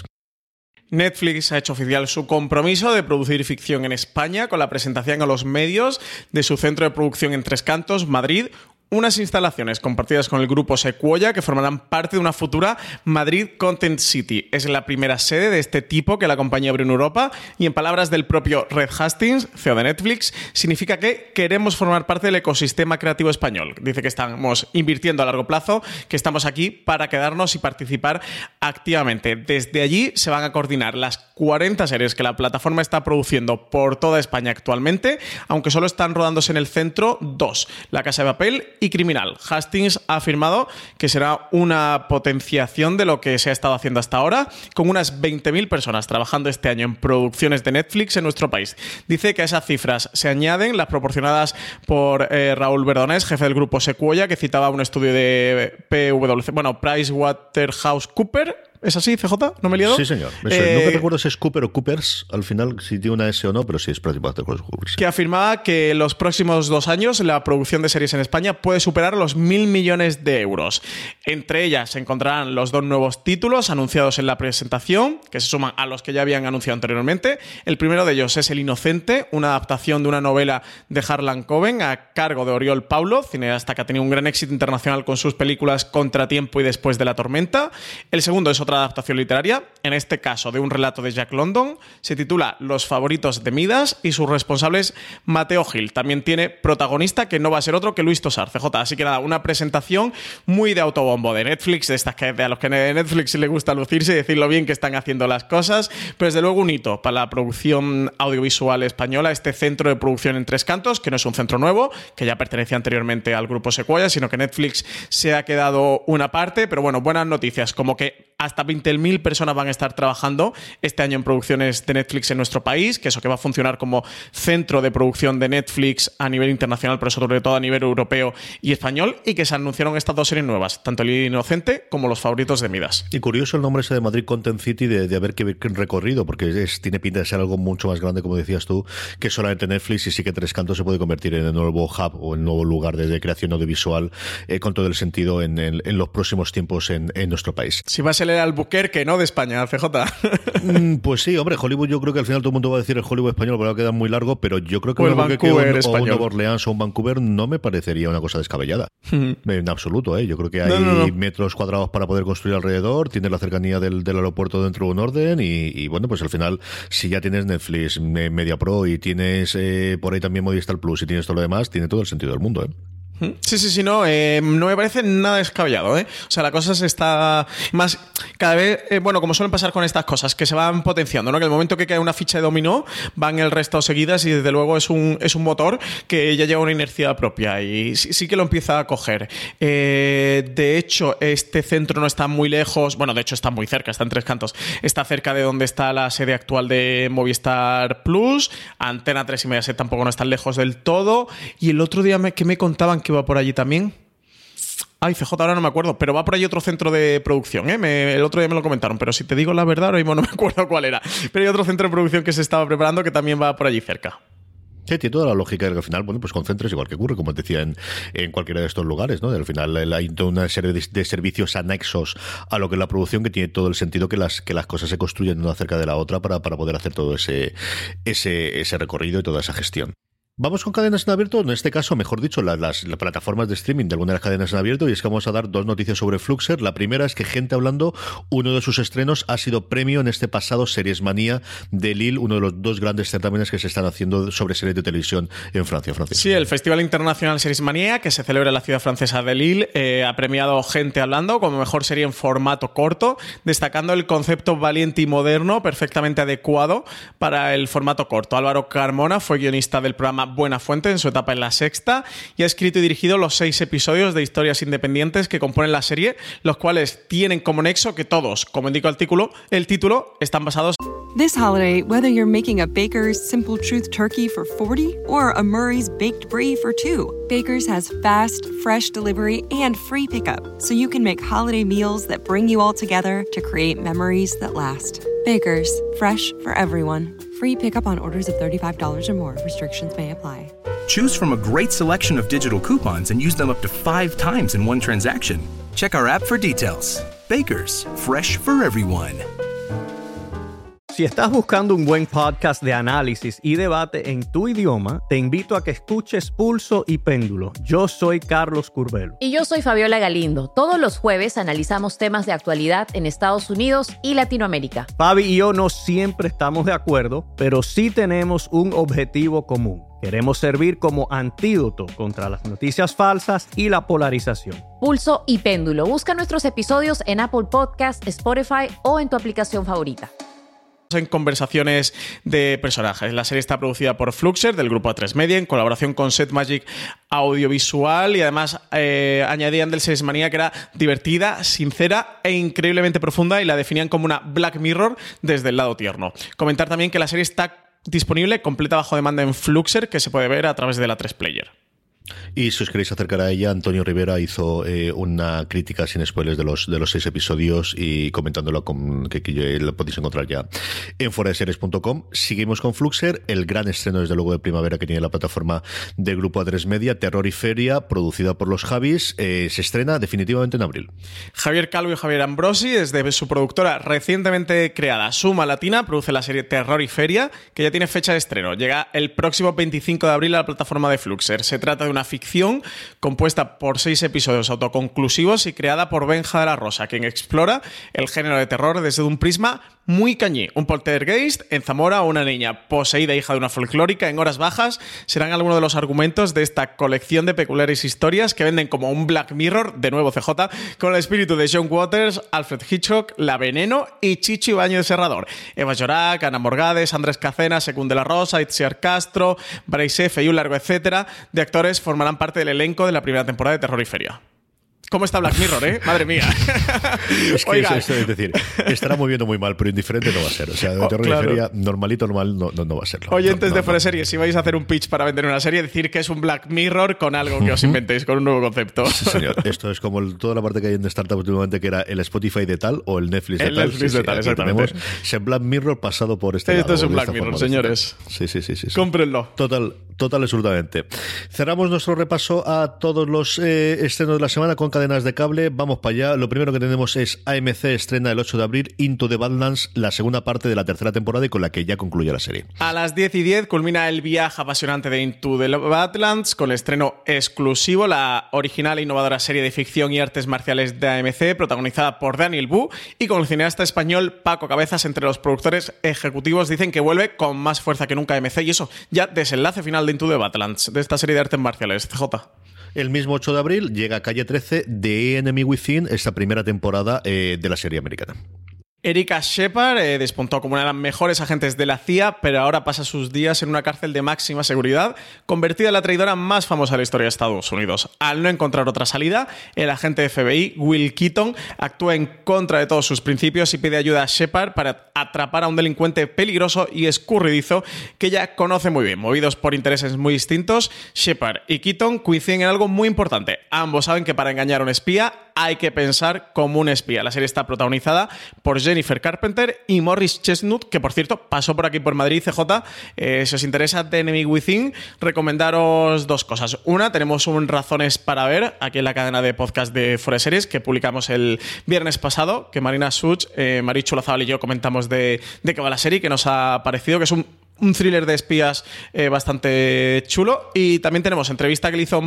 Netflix ha hecho oficial su compromiso de producir ficción en España con la presentación a los medios de su centro de producción en Tres Cantos, Madrid, unas instalaciones compartidas con el grupo Sequoia que formarán parte de una futura Madrid Content City. Es la primera sede de este tipo que la compañía abrió en Europa y, en palabras del propio Reed Hastings, C E O de Netflix, significa que queremos formar parte del ecosistema creativo español. Dice que estamos invirtiendo a largo plazo, que estamos aquí para quedarnos y participar activamente. Desde allí se van a coordinar las cuarenta series que la plataforma está produciendo por toda España actualmente, aunque solo están rodándose en el centro dos, La Casa de Papel y Criminal. Hastings ha afirmado que será una potenciación de lo que se ha estado haciendo hasta ahora, con unas veinte mil personas trabajando este año en producciones de Netflix en nuestro país. Dice que a esas cifras se añaden las proporcionadas por eh, Raúl Verdonés, jefe del grupo Sequoia, que citaba un estudio de P W C, bueno, PricewaterhouseCoopers. ¿Es así, C J? ¿No me he liado? Sí, señor. Eso eh, nunca recuerdo si es Cooper o Coopers, al final, si tiene una S o no, pero sí es PricewaterhouseCoopers. Que afirmaba que en los próximos dos años la producción de series en España puede superar los mil millones de euros. Entre ellas se encontrarán los dos nuevos títulos anunciados en la presentación, que se suman a los que ya habían anunciado anteriormente. El primero de ellos es El Inocente, una adaptación de una novela de Harlan Coben a cargo de Oriol Paulo, cineasta que ha tenido un gran éxito internacional con sus películas Contratiempo y Después de la tormenta. El segundo es otra adaptación literaria, en este caso de un relato de Jack London, se titula Los favoritos de Midas y sus responsables Mateo Gil. También tiene protagonista que no va a ser otro que Luis Tosar, C J. Así que nada, una presentación muy de autobombo de Netflix, de estas que a los que de Netflix le gusta lucirse y decir lo bien que están haciendo las cosas, pero desde luego un hito para la producción audiovisual española, este centro de producción en Tres Cantos, que no es un centro nuevo, que ya pertenecía anteriormente al grupo Sequoia, sino que Netflix se ha quedado una parte, pero bueno, buenas noticias, como que hasta veinte mil personas van a estar trabajando este año en producciones de Netflix en nuestro país, que eso que va a funcionar como centro de producción de Netflix a nivel internacional, pero sobre todo a nivel europeo y español, y que se anunciaron estas dos series nuevas, tanto El Inocente como Los Favoritos de Midas. Y curioso el nombre ese de Madrid Content City, de, de haber que recorrido, porque es, tiene pinta de ser algo mucho más grande, como decías tú, que solamente Netflix, y sí que Tres Cantos se puede convertir en el nuevo hub o el nuevo lugar de, de creación audiovisual eh, con todo el sentido en, en, en los próximos tiempos en, en nuestro país. Si va a ser el Albuquerque, ¿no? De España, C J. mm, pues sí, hombre, Hollywood, yo creo que al final todo el mundo va a decir el Hollywood español, pero va a quedar muy largo, pero yo creo que, o el Vancouver que un, o un Nueva Orleans o un Vancouver no me parecería una cosa descabellada. En absoluto, ¿eh? Yo creo que hay no, no, no. metros cuadrados para poder construir alrededor, tienes la cercanía del, del aeropuerto dentro de un orden y, y bueno, pues al final, si ya tienes Netflix, Media Pro y tienes eh, por ahí también Movistar Plus y tienes todo lo demás, tiene todo el sentido del mundo, ¿eh? Sí, sí, sí, no, eh, no me parece nada descabellado, ¿eh? O sea, la cosa se está más, cada vez, eh, bueno, como suelen pasar con estas cosas, que se van potenciando, ¿no? Que el momento que cae una ficha de dominó, van el resto seguidas y desde luego es un, es un motor que ya lleva una inercia propia y sí, sí que lo empieza a coger. Eh, de hecho, este centro no está muy lejos, bueno, de hecho está muy cerca, está en Tres Cantos, está cerca de donde está la sede actual de Movistar Plus, Antena tres y Mediaset tampoco no están lejos del todo, y el otro día me, que me contaban que va por allí también. Ay, C J, ahora no me acuerdo, pero va por allí otro centro de producción, ¿eh? Me, el otro día me lo comentaron, pero si te digo la verdad, ahora mismo no me acuerdo cuál era. Pero hay otro centro de producción que se estaba preparando que también va por allí cerca. Sí, tiene toda la lógica que al final, bueno, pues concentres igual que ocurre, como te decía, en, en cualquiera de estos lugares, ¿no? Al final hay toda una serie de, de servicios anexos a lo que es la producción que tiene todo el sentido que las, que las cosas se construyen una cerca de la otra para, para poder hacer todo ese, ese, ese recorrido y toda esa gestión. Vamos con cadenas en abierto, en este caso, mejor dicho, las, las, las plataformas de streaming de algunas de las cadenas en abierto, y es que vamos a dar dos noticias sobre Fluxer. La primera es que Gente Hablando, uno de sus estrenos, ha sido premio en este pasado Series Manía de Lille, uno de los dos grandes certámenes que se están haciendo sobre series de televisión en Francia. Francia. Sí, el Festival Internacional Series Manía, que se celebra en la ciudad francesa de Lille, eh, ha premiado Gente Hablando como mejor serie en formato corto, destacando el concepto valiente y moderno, perfectamente adecuado para el formato corto. Álvaro Carmona fue guionista del programa Buena Fuente en su etapa en La Sexta y ha escrito y dirigido los seis episodios de historias independientes que componen la serie, los cuales tienen como nexo que todos, como indica el título, el título, están basados. This holiday, whether you're making a Baker's Simple Truth turkey for forty or a Murray's baked brie for two, Baker's has fast, fresh delivery and free pickup, so you can make holiday meals that bring you all together to create memories that last. Baker's, fresh for everyone. Free pickup on orders of thirty-five dollars or more. Restrictions may apply. Choose from a great selection of digital coupons and use them up to five times in one transaction. Check our app for details. Baker's, fresh for everyone. Si estás buscando un buen podcast de análisis y debate en tu idioma, te invito a que escuches Pulso y Péndulo. Yo soy Carlos Curbelo. Y yo soy Fabiola Galindo. Todos los jueves analizamos temas de actualidad en Estados Unidos y Latinoamérica. Fabi y yo no siempre estamos de acuerdo, pero sí tenemos un objetivo común. Queremos servir como antídoto contra las noticias falsas y la polarización. Pulso y Péndulo. Busca nuestros episodios en Apple Podcast, Spotify o en tu aplicación favorita. En conversaciones de personajes. La serie está producida por Fluxer, del grupo A tres Media, en colaboración con Set Magic Audiovisual, y además eh, añadían del Series Manía que era divertida, sincera e increíblemente profunda, y la definían como una Black Mirror desde el lado tierno. Comentar también que la serie está disponible completa bajo demanda en Fluxer, que se puede ver a través de la tres Player. Y si os queréis acercar a ella, Antonio Rivera hizo eh, una crítica sin spoilers de los de los seis episodios y comentándolo con que, que lo podéis encontrar ya en fuera de series punto com. Seguimos con Fluxer, el gran estreno desde luego de primavera que tiene la plataforma del grupo A tres Media, Terror y Feria, producida por los Javis, eh, se estrena definitivamente en abril. Javier Calvo y Javier Ambrosi, desde su productora recientemente creada Suma Latina, produce la serie Terror y Feria, que ya tiene fecha de estreno. Llega el próximo veinticinco de abril a la plataforma de Fluxer. Se trata de una ficción compuesta por seis episodios autoconclusivos y creada por Benja de la Rosa, quien explora el género de terror desde un prisma muy cañí. Un poltergeist en Zamora o una niña poseída hija de una folclórica en horas bajas serán algunos de los argumentos de esta colección de peculiares historias que venden como un Black Mirror, de nuevo C J, con el espíritu de John Waters, Alfred Hitchcock, La Veneno y Chicho Ibañez de Serrador. Eva Llorac, Ana Morgades, Andrés Cacena, Secund de la Rosa, Itziar Castro, Bryce F. y un largo etcétera de actores formarán parte del elenco de la primera temporada de Terror y Feria. ¿Cómo está Black Mirror, eh? Madre mía. Es que Oiga. Es, es decir, estará moviendo muy mal, pero indiferente no va a ser. O sea, de oh, terrorifería, claro. normalito, normal, no, no, no va a serlo. Oyentes no, de no, Fuera no. Series, si vais a hacer un pitch para vender una serie, decir que es un Black Mirror con algo que os inventéis, con un nuevo concepto. Sí, señor. Esto es como el, toda la parte que hay en Startup últimamente, que era el Spotify de tal o el Netflix de el tal. Netflix sí, de sí, tal, exactamente. Tenemos ese Black Mirror pasado por este Esto lado. Esto es un Black Mirror, señores. Sí, sí, sí, sí, sí. Cómprenlo. Total. Total, absolutamente. Cerramos nuestro repaso a todos los eh, estrenos de la semana con cadenas de cable. Vamos para allá. Lo primero que tenemos es A M C estrena el ocho de abril Into the Badlands, la segunda parte de la tercera temporada y con la que ya concluye la serie. A las diez y diez culmina el viaje apasionante de Into the Badlands con el estreno exclusivo, la original e innovadora serie de ficción y artes marciales de A M C, protagonizada por Daniel Wu y con el cineasta español Paco Cabezas entre los productores ejecutivos. Dicen que vuelve con más fuerza que nunca A M C y eso ya desenlace final de Into the Badlands, de esta serie de artes marciales. C J. El mismo ocho de abril llega a Calle trece The Enemy Within, esta primera temporada eh, de la serie americana. Erika Shepard eh, despuntó como una de las mejores agentes de la C I A, pero ahora pasa sus días en una cárcel de máxima seguridad, convertida en la traidora más famosa de la historia de Estados Unidos. Al no encontrar otra salida, el agente de F B I, Will Keaton, actúa en contra de todos sus principios y pide ayuda a Shepard para atrapar a un delincuente peligroso y escurridizo que ella conoce muy bien. Movidos por intereses muy distintos, Shepard y Keaton coinciden en algo muy importante. Ambos saben que para engañar a un espía hay que pensar como un espía. La serie está protagonizada por Jennifer Carpenter y Morris Chestnut, que por cierto pasó por aquí por Madrid. C J, eh, si os interesa The Enemy Within, recomendaros dos cosas. Una, tenemos un Razones para ver aquí en la cadena de podcast de Fuera Series que publicamos el viernes pasado, que Marina Such, eh, Marichu Lazábal y yo comentamos de, de qué va la serie, que nos ha parecido, que es un un thriller de espías eh, bastante chulo. Y también tenemos entrevista que le hizo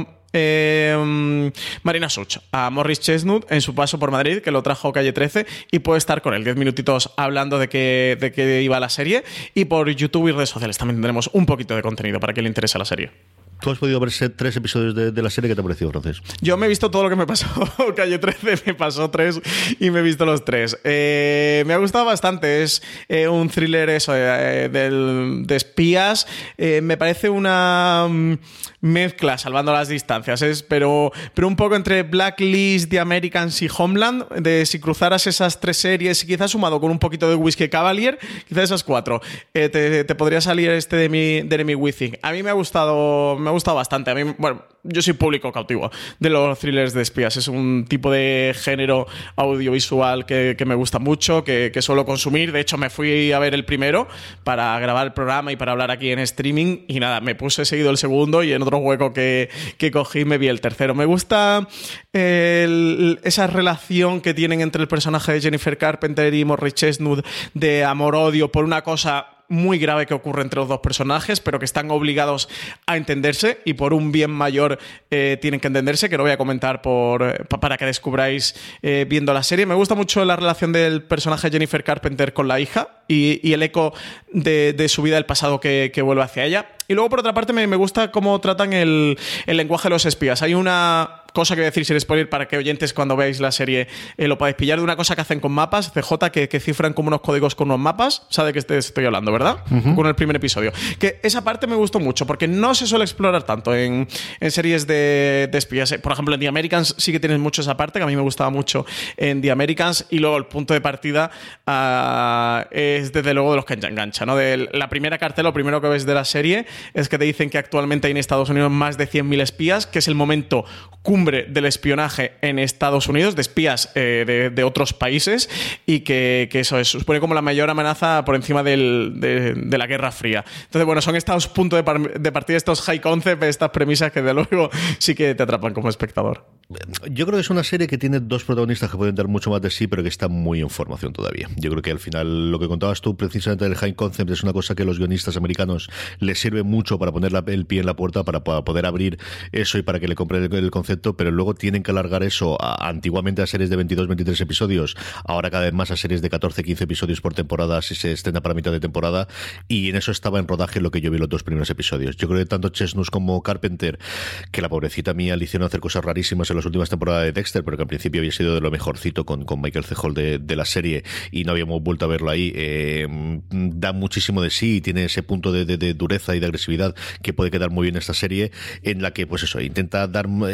eh, Marina Such a Morris Chestnut en su paso por Madrid, que lo trajo Calle trece, y puede estar con él diez minutitos hablando de qué, de qué iba la serie. Y por YouTube y redes sociales también tendremos un poquito de contenido para quien le interese la serie. ¿Tú has podido ver tres episodios de, de la serie? ¿Qué te ha parecido, Frances? Yo me he visto todo lo que me pasó. Calle trece me pasó tres y me he visto los tres. Eh, me ha gustado bastante. Es eh, un thriller eso, eh, del, de espías. Eh, me parece una um, mezcla, salvando las distancias. Es, pero, pero un poco entre Blacklist, The Americans y Homeland. De si cruzaras esas tres series y quizás sumado con un poquito de Whiskey Cavalier, quizás esas cuatro, eh, te, te podría salir este de mi, de Enemy Within. A mí me ha gustado... Me ha gustado bastante. A mí, bueno, yo soy público cautivo de los thrillers de espías. Es un tipo de género audiovisual que, que me gusta mucho, que, que suelo consumir. De hecho, me fui a ver el primero para grabar el programa y para hablar aquí en streaming. Y nada, me puse seguido el segundo y en otro hueco que, que cogí me vi el tercero. Me gusta el, esa relación que tienen entre el personaje de Jennifer Carpenter y Morris Chestnut de amor-odio por una cosa muy grave que ocurre entre los dos personajes, pero que están obligados a entenderse y por un bien mayor eh, tienen que entenderse, que no voy a comentar por, eh, para que descubráis eh, viendo la serie. Me gusta mucho la relación del personaje Jennifer Carpenter con la hija y, y el eco de, de su vida del pasado que, que vuelve hacia ella. Y luego, por otra parte, me, me gusta cómo tratan el, el lenguaje de los espías. Hay una cosa que voy a decir sin spoiler para que oyentes cuando veáis la serie eh, lo podáis pillar, de una cosa que hacen con mapas, C J, que, que cifran como unos códigos con unos mapas. ¿Sabe de qué te estoy hablando, verdad? Uh-huh. Con el primer episodio. Que esa parte me gustó mucho porque no se suele explorar tanto en, en series de, de espías. Por ejemplo, en The Americans sí que tienes mucho esa parte, que a mí me gustaba mucho en The Americans. Y luego el punto de partida uh, es desde luego de los que engancha, ¿no? De la primera cartel, lo primero que ves de la serie es que te dicen que actualmente hay en Estados Unidos más de cien mil espías, que es el momento cumbre del espionaje en Estados Unidos, de espías eh, de, de otros países, y que, que eso es, supone como la mayor amenaza por encima del, de, de la Guerra Fría. Entonces, bueno, son estos puntos de, par- de partida, estos high concept, estas premisas que de luego sí que te atrapan como espectador. Yo creo que es una serie que tiene dos protagonistas que pueden dar mucho más de sí, pero que está muy en formación todavía. Yo creo que al final lo que contabas tú precisamente del high concept es una cosa que a los guionistas americanos les sirve mucho para poner la, el pie en la puerta, para, para poder abrir eso y para que le compren el, el concepto, pero luego tienen que alargar eso a, antiguamente a series de veintidós, veintitrés episodios, ahora cada vez más a series de catorce, quince episodios por temporada si se estrena para mitad de temporada, y en eso estaba en rodaje lo que yo vi los dos primeros episodios. Yo creo que tanto Chestnut como Carpenter, que la pobrecita mía le hicieron hacer cosas rarísimas en las últimas temporadas de Dexter, pero que al principio había sido de lo mejorcito con, con Michael C. Hall de, de la serie y no habíamos vuelto a verlo ahí, eh, da muchísimo de sí y tiene ese punto de, de, de dureza y de agresividad que puede quedar muy bien esta serie, en la que pues eso, intenta dar ser siempre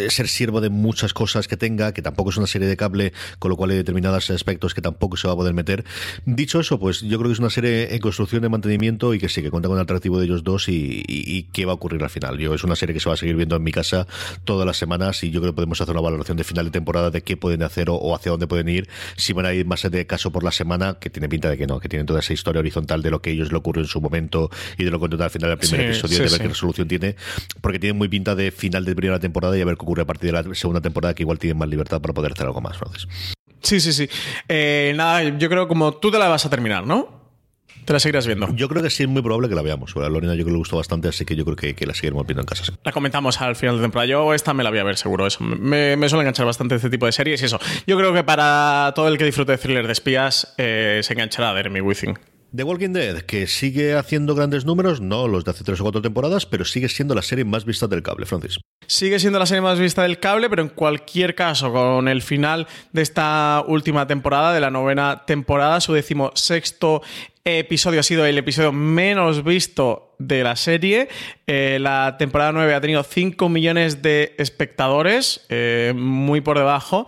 sirva de muchas cosas que tenga, que tampoco es una serie de cable, con lo cual hay determinados aspectos que tampoco se va a poder meter. Dicho eso, pues yo creo que es una serie en construcción de mantenimiento y que sí, que cuenta con el atractivo de ellos dos y, y, y qué va a ocurrir al final. Yo es una serie que se va a seguir viendo en mi casa todas las semanas y yo creo que podemos hacer una valoración de final de temporada de qué pueden hacer o, o hacia dónde pueden ir, si van a ir más de caso por la semana, que tiene pinta de que no, que tienen toda esa historia horizontal de lo que ellos le ocurrió en su momento y de lo que al final del primer sí, episodio sí, de ver sí. qué resolución tiene, porque tiene muy pinta de final de primera temporada y a ver qué ocurre a partir de la segunda temporada, que igual tienen más libertad para poder hacer algo más, Francis. Sí, sí, sí. Eh, nada, yo creo como tú te la vas a terminar, ¿no? ¿Te la seguirás viendo? Yo creo que sí, es muy probable que la veamos. A Lorena yo creo que le gustó bastante, así que yo creo que, que la seguiremos viendo en casa. Sí. La comentamos al final de temporada. Yo esta me la voy a ver seguro. Eso. Me, me suele enganchar bastante este tipo de series y eso. Yo creo que para todo el que disfrute de thriller de espías eh, se enganchará a Jeremy Within. The Walking Dead, que sigue haciendo grandes números, no los de hace tres o cuatro temporadas, pero sigue siendo la serie más vista del cable, Francis. Sigue siendo la serie más vista del cable, pero en cualquier caso, con el final de esta última temporada, de la novena temporada, su decimosexto episodio ha sido el episodio menos visto de la serie. Eh, la temporada nueve ha tenido cinco millones de espectadores, eh, muy por debajo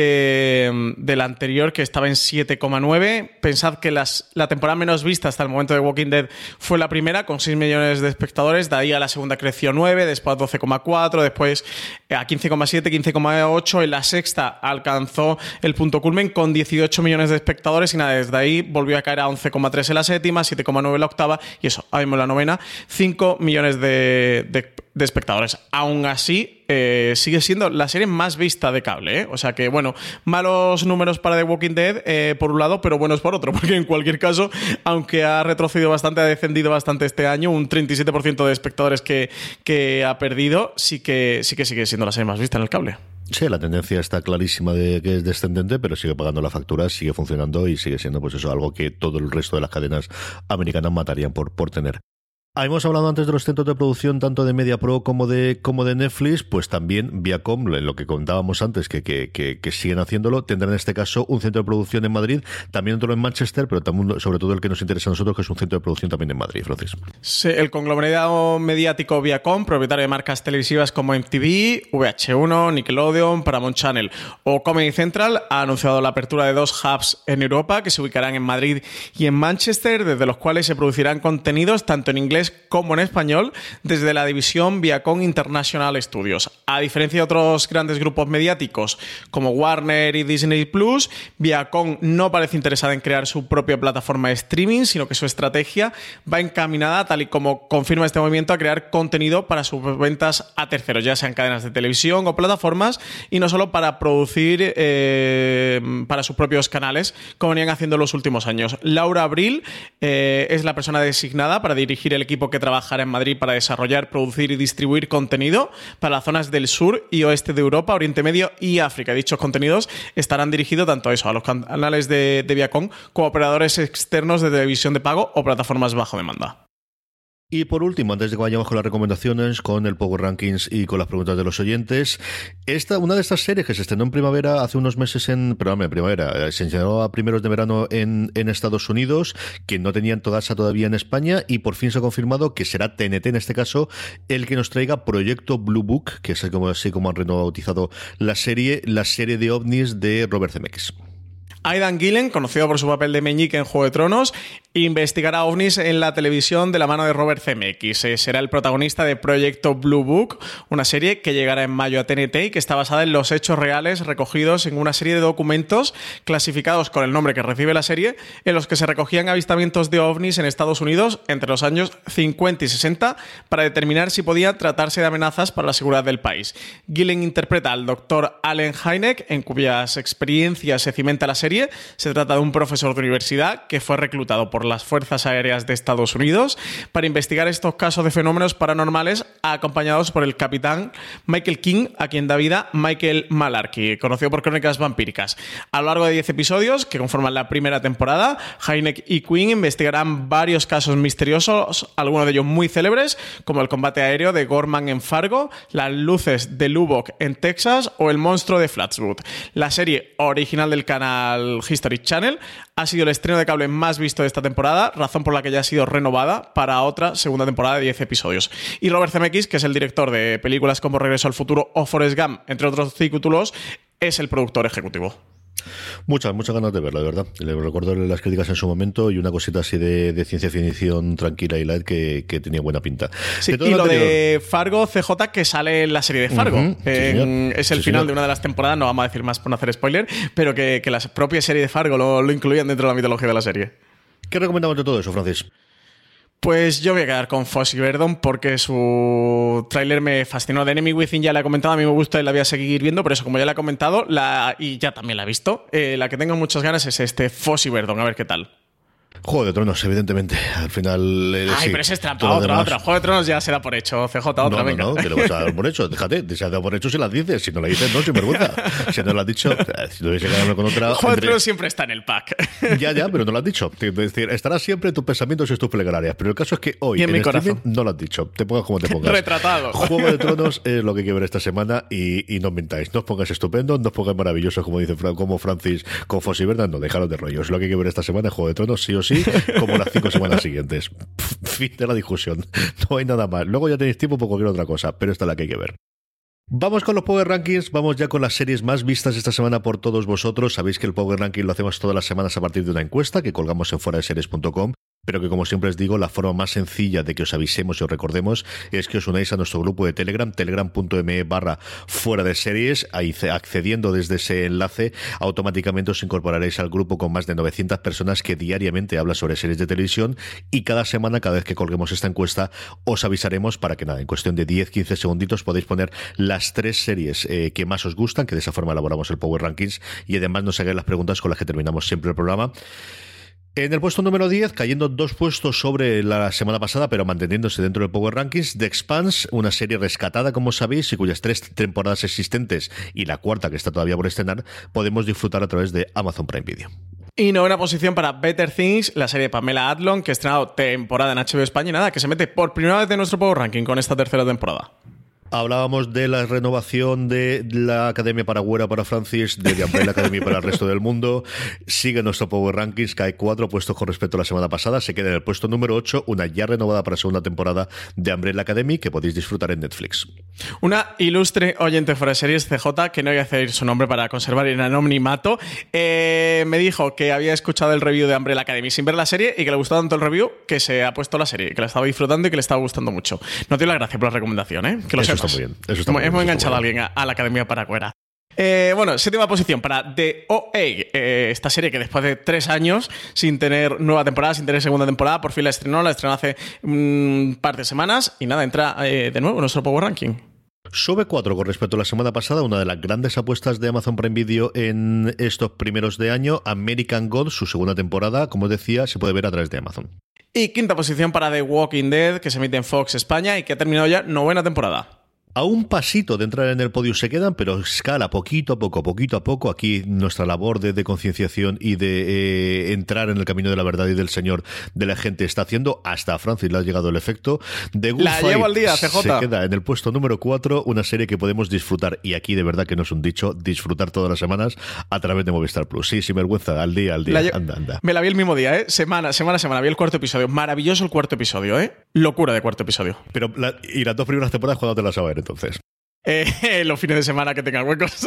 de, de la anterior, que estaba en siete coma nueve. Pensad que las, la temporada menos vista hasta el momento de Walking Dead fue la primera, con seis millones de espectadores. De ahí a la segunda creció nueve, después doce coma cuatro, después a quince coma siete, quince coma ocho. En la sexta alcanzó el punto culmen con dieciocho millones de espectadores y nada, desde ahí volvió a caer a once coma tres en la séptima, siete coma nueve en la octava y eso, ahora mismo en la novena, cinco millones de, de, de espectadores. Aún así, eh, sigue siendo la serie más vista de cable, ¿eh? O sea que, bueno, malos números para The Walking Dead eh, por un lado, pero buenos por otro, porque en cualquier caso, aunque ha retrocedido bastante, ha descendido bastante este año, un treinta y siete por ciento de espectadores que, que ha perdido, sí que, sí que sigue siendo la serie más vista en el cable. Sí, la tendencia está clarísima de que es descendente, pero sigue pagando la factura, sigue funcionando y sigue siendo pues eso, algo que todo el resto de las cadenas americanas matarían por, por tener. Hemos hablado antes de los centros de producción tanto de MediaPro como de como de Netflix, pues también Viacom, en lo que contábamos antes, que, que, que, que siguen haciéndolo, tendrán en este caso un centro de producción en Madrid, también otro en Manchester, pero también, sobre todo el que nos interesa a nosotros, que es un centro de producción también en Madrid, Francis. Sí, el conglomerado mediático Viacom, propietario de marcas televisivas como M T V, V H uno, Nickelodeon, Paramount Channel o Comedy Central, ha anunciado la apertura de dos hubs en Europa que se ubicarán en Madrid y en Manchester, desde los cuales se producirán contenidos tanto en inglés como en español desde la división Viacom International Studios. A diferencia de otros grandes grupos mediáticos como Warner y Disney Plus, Viacom no parece interesada en crear su propia plataforma de streaming, sino que su estrategia va encaminada, tal y como confirma este movimiento, a crear contenido para sus ventas a terceros, ya sean cadenas de televisión o plataformas, y no solo para producir eh, para sus propios canales, como venían haciendo en los últimos años. Laura Abril eh, es la persona designada para dirigir el equipo que trabajará en Madrid para desarrollar, producir y distribuir contenido para las zonas del sur y oeste de Europa, Oriente Medio y África. Dichos contenidos estarán dirigidos tanto a eso, a los canales de, de Viacom, como a operadores externos de televisión de pago o plataformas bajo demanda. Y por último, antes de que vayamos con las recomendaciones, con el Power Rankings y con las preguntas de los oyentes, esta, una de estas series que se estrenó en primavera hace unos meses en, perdón, en primavera, se estrenó a primeros de verano en, en Estados Unidos, que no tenían toda esa todavía en España, y por fin se ha confirmado que será T N T en este caso el que nos traiga Proyecto Blue Book, que es como, así como han rebautizado la serie, la serie de ovnis de Robert Zemeckis. Aidan Gillen, conocido por su papel de Meñique en Juego de Tronos, investigará ovnis en la televisión de la mano de Robert Zemeckis. Eh, será el protagonista de Proyecto Blue Book, una serie que llegará en mayo a T N T y que está basada en los hechos reales recogidos en una serie de documentos clasificados con el nombre que recibe la serie, en los que se recogían avistamientos de ovnis en Estados Unidos entre los años cincuenta y sesenta para determinar si podía tratarse de amenazas para la seguridad del país. Gillen interpreta al doctor Allen Hynek, en cuyas experiencias se cimenta la serie. Se trata de un profesor de universidad que fue reclutado por las Fuerzas Aéreas de Estados Unidos para investigar estos casos de fenómenos paranormales, acompañados por el capitán Michael King, a quien da vida Michael Malarkey, conocido por Crónicas Vampíricas. A lo largo de diez episodios, que conforman la primera temporada, Hynek y Quinn investigarán varios casos misteriosos, algunos de ellos muy célebres, como el combate aéreo de Gorman en Fargo, las luces de Lubbock en Texas o el monstruo de Flatwood. La serie original del canal al History Channel. Ha sido el estreno de cable más visto de esta temporada, razón por la que ya ha sido renovada para otra segunda temporada de diez episodios. Y Robert Zemeckis, que es el director de películas como Regreso al Futuro o Forrest Gump, entre otros títulos, es el productor ejecutivo. Muchas, muchas ganas de verla, de verdad. Le recuerdo las críticas en su momento y una cosita así de, de ciencia ficción tranquila y light que, que tenía buena pinta. Sí, y lo anterior, de Fargo C J, que sale en la serie de Fargo. Uh-huh, eh, sí, es el sí, final señor. de una de las temporadas, no vamos a decir más por no hacer spoiler, pero que, que la propia serie de Fargo lo, lo incluían dentro de la mitología de la serie. ¿Qué recomendamos de todo eso, Francis? Pues yo voy a quedar con Fosse Verdon porque su tráiler me fascinó. The Enemy Within ya la he comentado, a mí me gusta y la voy a seguir viendo, pero eso, como ya la he comentado la, y ya también la he visto, eh, la que tengo muchas ganas es este Fosse Verdon, a ver qué tal. Juego de Tronos, evidentemente. Al final. Eh, Ay, sí, pero ese es trampa. Otra, demás. otra. Juego de Tronos ya se da por hecho. C J, otra, no, venga. No, no, que lo vas a dar por hecho. Déjate. Se ha dado por hecho si las dices. Si no la dices, no, sin vergüenza. Si no lo has dicho, si no hubiese quedado con otra. Juego de Tronos siempre está en el pack. Ya, ya, pero no lo has dicho. Es decir, estará siempre en tus pensamientos y tus plegarias. Pero el caso es que hoy y en, en mi streaming corazón no lo has dicho. Te pongas como te pongas. Retratado. Juego de Tronos es lo que hay que ver esta semana y, y no os mintáis. No os pongáis estupendos, no os pongáis maravillosos, como dice como Francis con Fosse Verdon. No, dejaros de rollos. Lo que hay que ver esta semana es Juego de Tronos, sí o sí, como las cinco semanas siguientes. Fin de la discusión. No hay nada más. Luego ya tenéis tiempo por cualquier otra cosa, pero esta es la que hay que ver. Vamos con los Power Rankings, vamos ya con las series más vistas esta semana por todos vosotros. Sabéis que el Power Ranking lo hacemos todas las semanas a partir de una encuesta que colgamos en fuera de series punto com, pero que, como siempre os digo, la forma más sencilla de que os avisemos y os recordemos es que os unáis a nuestro grupo de Telegram, telegram.me barra fuera de series. Ahí, accediendo desde ese enlace, automáticamente os incorporaréis al grupo con más de novecientas personas que diariamente hablan sobre series de televisión, y cada semana, cada vez que colguemos esta encuesta, os avisaremos para que, nada, en cuestión de diez a quince segunditos podéis poner las tres series eh, que más os gustan, que de esa forma elaboramos el Power Rankings, y además nos hagáis las preguntas con las que terminamos siempre el programa. En el puesto número diez, cayendo dos puestos sobre la semana pasada, pero manteniéndose dentro del Power Rankings, The Expanse, una serie rescatada, como sabéis, y cuyas tres temporadas existentes y la cuarta que está todavía por estrenar, podemos disfrutar a través de Amazon Prime Video. Y novena posición para Better Things, la serie de Pamela Adlon, que ha estrenado temporada en H B O España y nada, que se mete por primera vez en nuestro Power Ranking con esta tercera temporada. Hablábamos de la renovación de la Academia para Güera para Francis, de The Umbrella Academy para el resto del mundo. Sigue nuestro Power Rankings, cae cuatro puestos con respecto a la semana pasada. Se queda en el puesto número ocho, una ya renovada para segunda temporada de Umbrella Academy, que podéis disfrutar en Netflix. Una ilustre oyente fuera de series, C J, que no voy a hacer su nombre para conservar el anonimato, eh, me dijo que había escuchado el review de Umbrella Academy sin ver la serie y que le gustó tanto el review que se ha puesto la serie, que la estaba disfrutando y que le estaba gustando mucho. No te doy las gracias por la recomendación, ¿eh? Que lo sepas. Está muy bien. Eso está muy Hemos bien, enganchado a alguien a, a la Academia para Güera. Eh, bueno, séptima posición para The O A, eh, esta serie que después de tres años sin tener nueva temporada, sin tener segunda temporada, por fin la estrenó, la estrenó hace un mm, par de semanas y nada, entra eh, de nuevo en nuestro Power Ranking. Sube cuatro con respecto a la semana pasada, una de las grandes apuestas de Amazon Prime Video en estos primeros de año. American Gods, su segunda temporada, como os decía, se puede ver a través de Amazon. Y quinta posición para The Walking Dead, que se emite en Fox España y que ha terminado ya novena temporada. A un pasito de entrar en el podio se quedan, pero escala poquito a poco, poquito a poco. Aquí nuestra labor de, de concienciación y de eh, entrar en el camino de la verdad y del Señor de la gente está haciendo. Hasta a Francis le ha llegado el efecto. The Good la Fight llevo al día, C J. Se queda en el puesto número cuatro, una serie que podemos disfrutar, y aquí de verdad que no es un dicho, disfrutar todas las semanas a través de Movistar Plus. Sí, sin vergüenza, al día, al día. Lle- anda, anda. Me la vi el mismo día, ¿eh? Semana, semana, semana. Vi el cuarto episodio. Maravilloso el cuarto episodio, ¿eh? Locura de cuarto episodio. Pero la, y las dos primeras temporadas, ¿cuándo te las vas a ver entonces? Eh, los fines de semana que tengan huecos.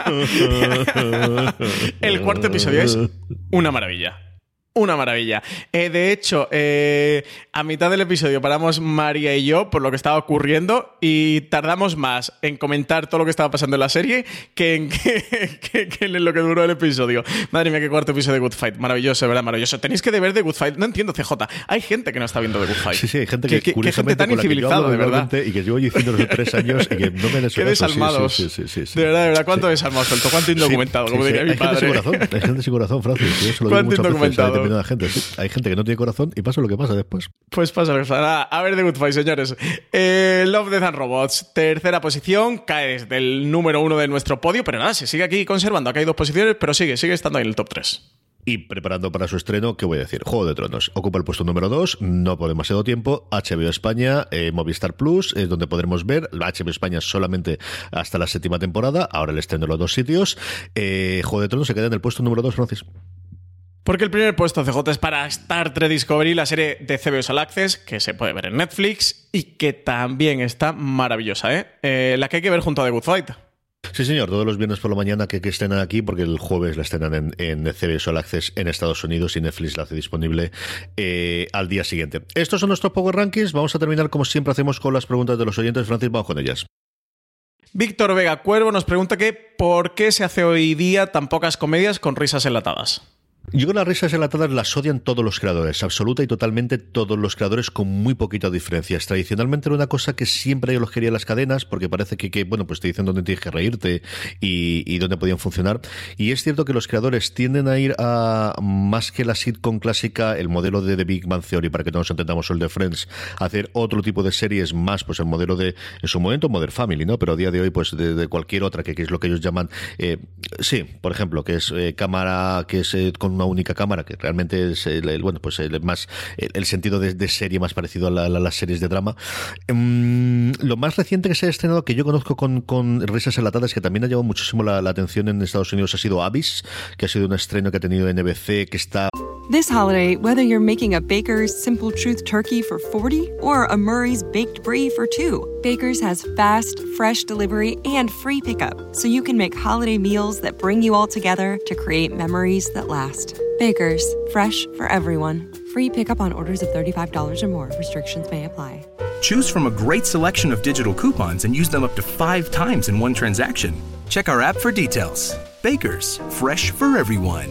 El cuarto episodio es una maravilla. Una maravilla. Eh, de hecho, eh, a mitad del episodio paramos María y yo por lo que estaba ocurriendo y tardamos más en comentar todo lo que estaba pasando en la serie que en, que, que, que en lo que duró el episodio. Madre mía, qué cuarto episodio de Good Fight. Maravilloso, de verdad, maravilloso. Tenéis que ver The Good Fight. No entiendo, C J. Hay gente que no está viendo The Good Fight. Sí, sí, hay gente que, que, que gente tan incivilizada, de verdad. Y que llevo diciendo hace tres años y que no me les Qué desalmados. Sí, sí, sí, sí, sí. De verdad, de verdad. ¿Cuánto sí. desalmado suelto? ¿Cuánto indocumentado? Sí, como sí, diría sí. mi Hay padre. Gente sin corazón. Hay gente sin corazón, Francis. Yo se lo digo muchas veces a determinada gente. Sí. Hay gente que no tiene corazón y pasa lo que pasa después. Pues pasa lo que pasa. A ver, The Good Fight, señores. Eh, Love, Death and Robots, tercera posición, cae desde el número uno de nuestro podio, pero nada, se sigue aquí conservando. Acá hay dos posiciones, pero sigue, sigue estando ahí en el top tres. Y preparando para su estreno, ¿qué voy a decir? Juego de Tronos. Ocupa el puesto número dos, no por demasiado tiempo. H B O España, eh, Movistar Plus, es donde podremos ver. La H B O España solamente hasta la séptima temporada. Ahora el estreno en los dos sitios. Eh, Juego de Tronos se queda en el puesto número dos, Francis. Porque el primer puesto, C J, es para Star Trek Discovery, la serie de C B S All Access, que se puede ver en Netflix y que también está maravillosa, ¿eh? eh la que hay que ver junto a The Good Fight. Sí, señor, todos los viernes por la mañana que, que estrenan aquí, porque el jueves la estrenan en, en C B S All Access en Estados Unidos y Netflix la hace disponible eh, al día siguiente. Estos son nuestros Power Rankings. Vamos a terminar, como siempre hacemos, con las preguntas de los oyentes. Francis, vamos con ellas. Víctor Vega Cuervo nos pregunta que ¿por qué se hace hoy día tan pocas comedias con risas enlatadas? Yo creo que las risas enlatadas las odian todos los creadores, absoluta y totalmente todos los creadores, con muy poquitas diferencias. Tradicionalmente era una cosa que siempre yo los quería las cadenas, porque parece que, que bueno, pues te dicen dónde tienes que reírte y, y dónde podían funcionar. Y es cierto que los creadores tienden a ir a, más que la sitcom clásica, el modelo de The Big Bang Theory, para que no nos entendamos, o el de Friends, a hacer otro tipo de series más, pues el modelo de, en su momento, Modern Family, ¿no? Pero a día de hoy, pues de, de cualquier otra, que, que es lo que ellos llaman, eh, sí, por ejemplo, que es eh, cámara, que es eh, con una única cámara, que realmente es el, el bueno, pues el más el, el sentido de, de serie más parecido a, la, a las series de drama. Um, lo más reciente que se ha estrenado, que yo conozco con, con risas enlatadas, que también ha llevado muchísimo la, la atención en Estados Unidos, ha sido Abyss, que ha sido un estreno que ha tenido N B C, que está... This holiday, whether you're making a Baker's Simple Truth turkey for forty or a Murray's Baked Brie for two, Baker's has fast, fresh delivery and free pickup, so you can make holiday meals that bring you all together to create memories that last. Baker's, fresh for everyone. Free pickup on orders of thirty-five dollars or more. Restrictions may apply. Choose from a great selection of digital coupons and use them up to five times in one transaction. Check our app for details. Baker's, fresh for everyone.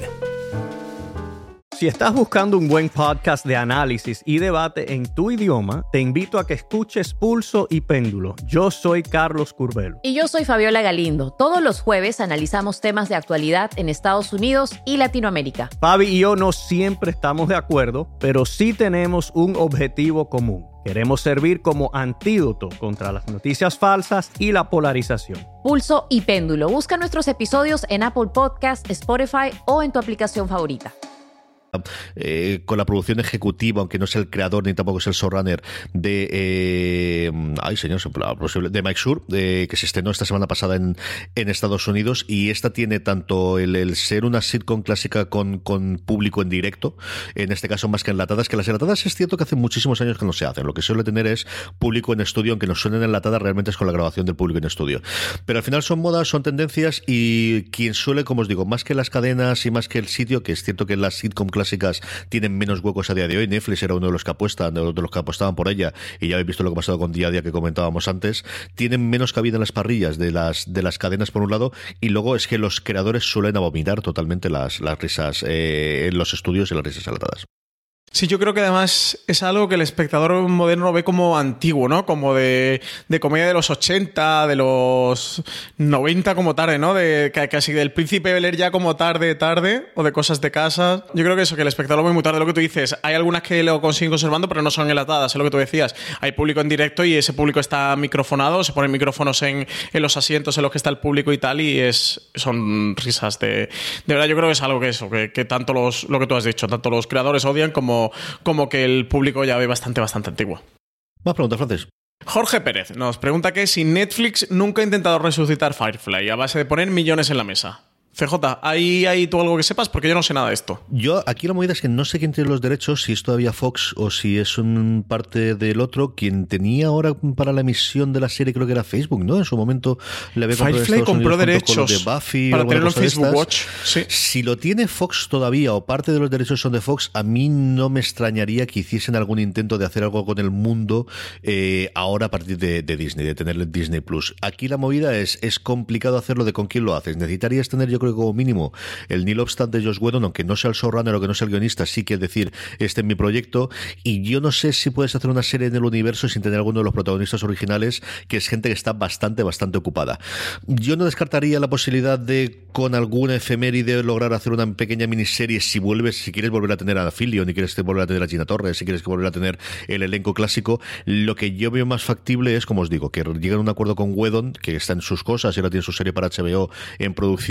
Si estás buscando un buen podcast de análisis y debate en tu idioma, te invito a que escuches Pulso y Péndulo. Yo soy Carlos Curbelo. Y yo soy Fabiola Galindo. Todos los jueves analizamos temas de actualidad en Estados Unidos y Latinoamérica. Fabi y yo no siempre estamos de acuerdo, pero sí tenemos un objetivo común. Queremos servir como antídoto contra las noticias falsas y la polarización. Pulso y Péndulo. Busca nuestros episodios en Apple Podcasts, Spotify o en tu aplicación favorita. Eh, con la producción ejecutiva, aunque no es el creador ni tampoco es el showrunner de eh, ay señor, de Mike Schur, de, que se estrenó esta semana pasada en, en Estados Unidos, y esta tiene tanto el, el ser una sitcom clásica con, con público en directo, en este caso más que enlatadas, que las enlatadas es cierto que hace muchísimos años que no se hacen, lo que suele tener es público en estudio, aunque nos suenen enlatadas, realmente es con la grabación del público en estudio, pero al final son modas, son tendencias, y quien suele, como os digo, más que las cadenas y más que el sitio, que es cierto que las sitcom clásicas tienen menos huecos a día de hoy. Netflix era uno de los que apuestan, de los que apostaban por ella, y ya habéis visto lo que ha pasado con Día a Día, que comentábamos antes. Tienen menos cabida en las parrillas de las de las cadenas, por un lado, y luego es que los creadores suelen abominar totalmente las, las risas eh, en los estudios y las risas enlatadas. Sí, yo creo que además es algo que el espectador moderno ve como antiguo, ¿no? Como de, de comedia de los ochenta, de los noventa como tarde, ¿no? De casi del Príncipe Bel Air ya como tarde, tarde, o de Cosas de Casa. Yo creo que eso, que el espectador lo ve muy tarde, lo que tú dices. Hay algunas que lo consiguen conservando, pero no son enlatadas, es lo que tú decías. Hay público en directo y ese público está microfonado, se ponen micrófonos en, en los asientos en los que está el público y tal, y es son risas de... De verdad, yo creo que es algo que eso, que, que tanto los, lo que tú has dicho, tanto los creadores odian como como que el público ya ve bastante, bastante antiguo. Más preguntas, Francis. Jorge Pérez nos pregunta que si Netflix nunca ha intentado resucitar Firefly a base de poner millones en la mesa. C J, ¿hay, ¿hay tú algo que sepas? Porque yo no sé nada de esto. Yo, aquí la movida es que no sé quién tiene los derechos, si es todavía Fox o si es un parte del otro. Quien tenía ahora para la emisión de la serie creo que era Facebook, ¿no? En su momento le había comprado Firefly compró derechos de Buffy para tenerlo en de Facebook Watch. Sí. Si lo tiene Fox todavía o parte de los derechos son de Fox, a mí no me extrañaría que hiciesen algún intento de hacer algo con el mundo eh, ahora a partir de, de Disney, de tenerle Disney Plus. Aquí la movida es, es complicado hacerlo de con quién lo haces. Necesitarías tener, yo creo que como mínimo el Neil Obstant de Joss Whedon, aunque no sea el showrunner o que no sea el guionista, sí que es decir, este es mi proyecto, y yo no sé si puedes hacer una serie en el universo sin tener alguno de los protagonistas originales, que es gente que está bastante, bastante ocupada. Yo no descartaría la posibilidad de, con alguna efeméride, lograr hacer una pequeña miniserie si vuelves, si quieres volver a tener a Fillion y quieres volver a tener a Gina Torres, si quieres volver a tener el elenco clásico. Lo que yo veo más factible es, como os digo, que lleguen a un acuerdo con Whedon, que está en sus cosas y ahora tiene su serie para H B O en producción,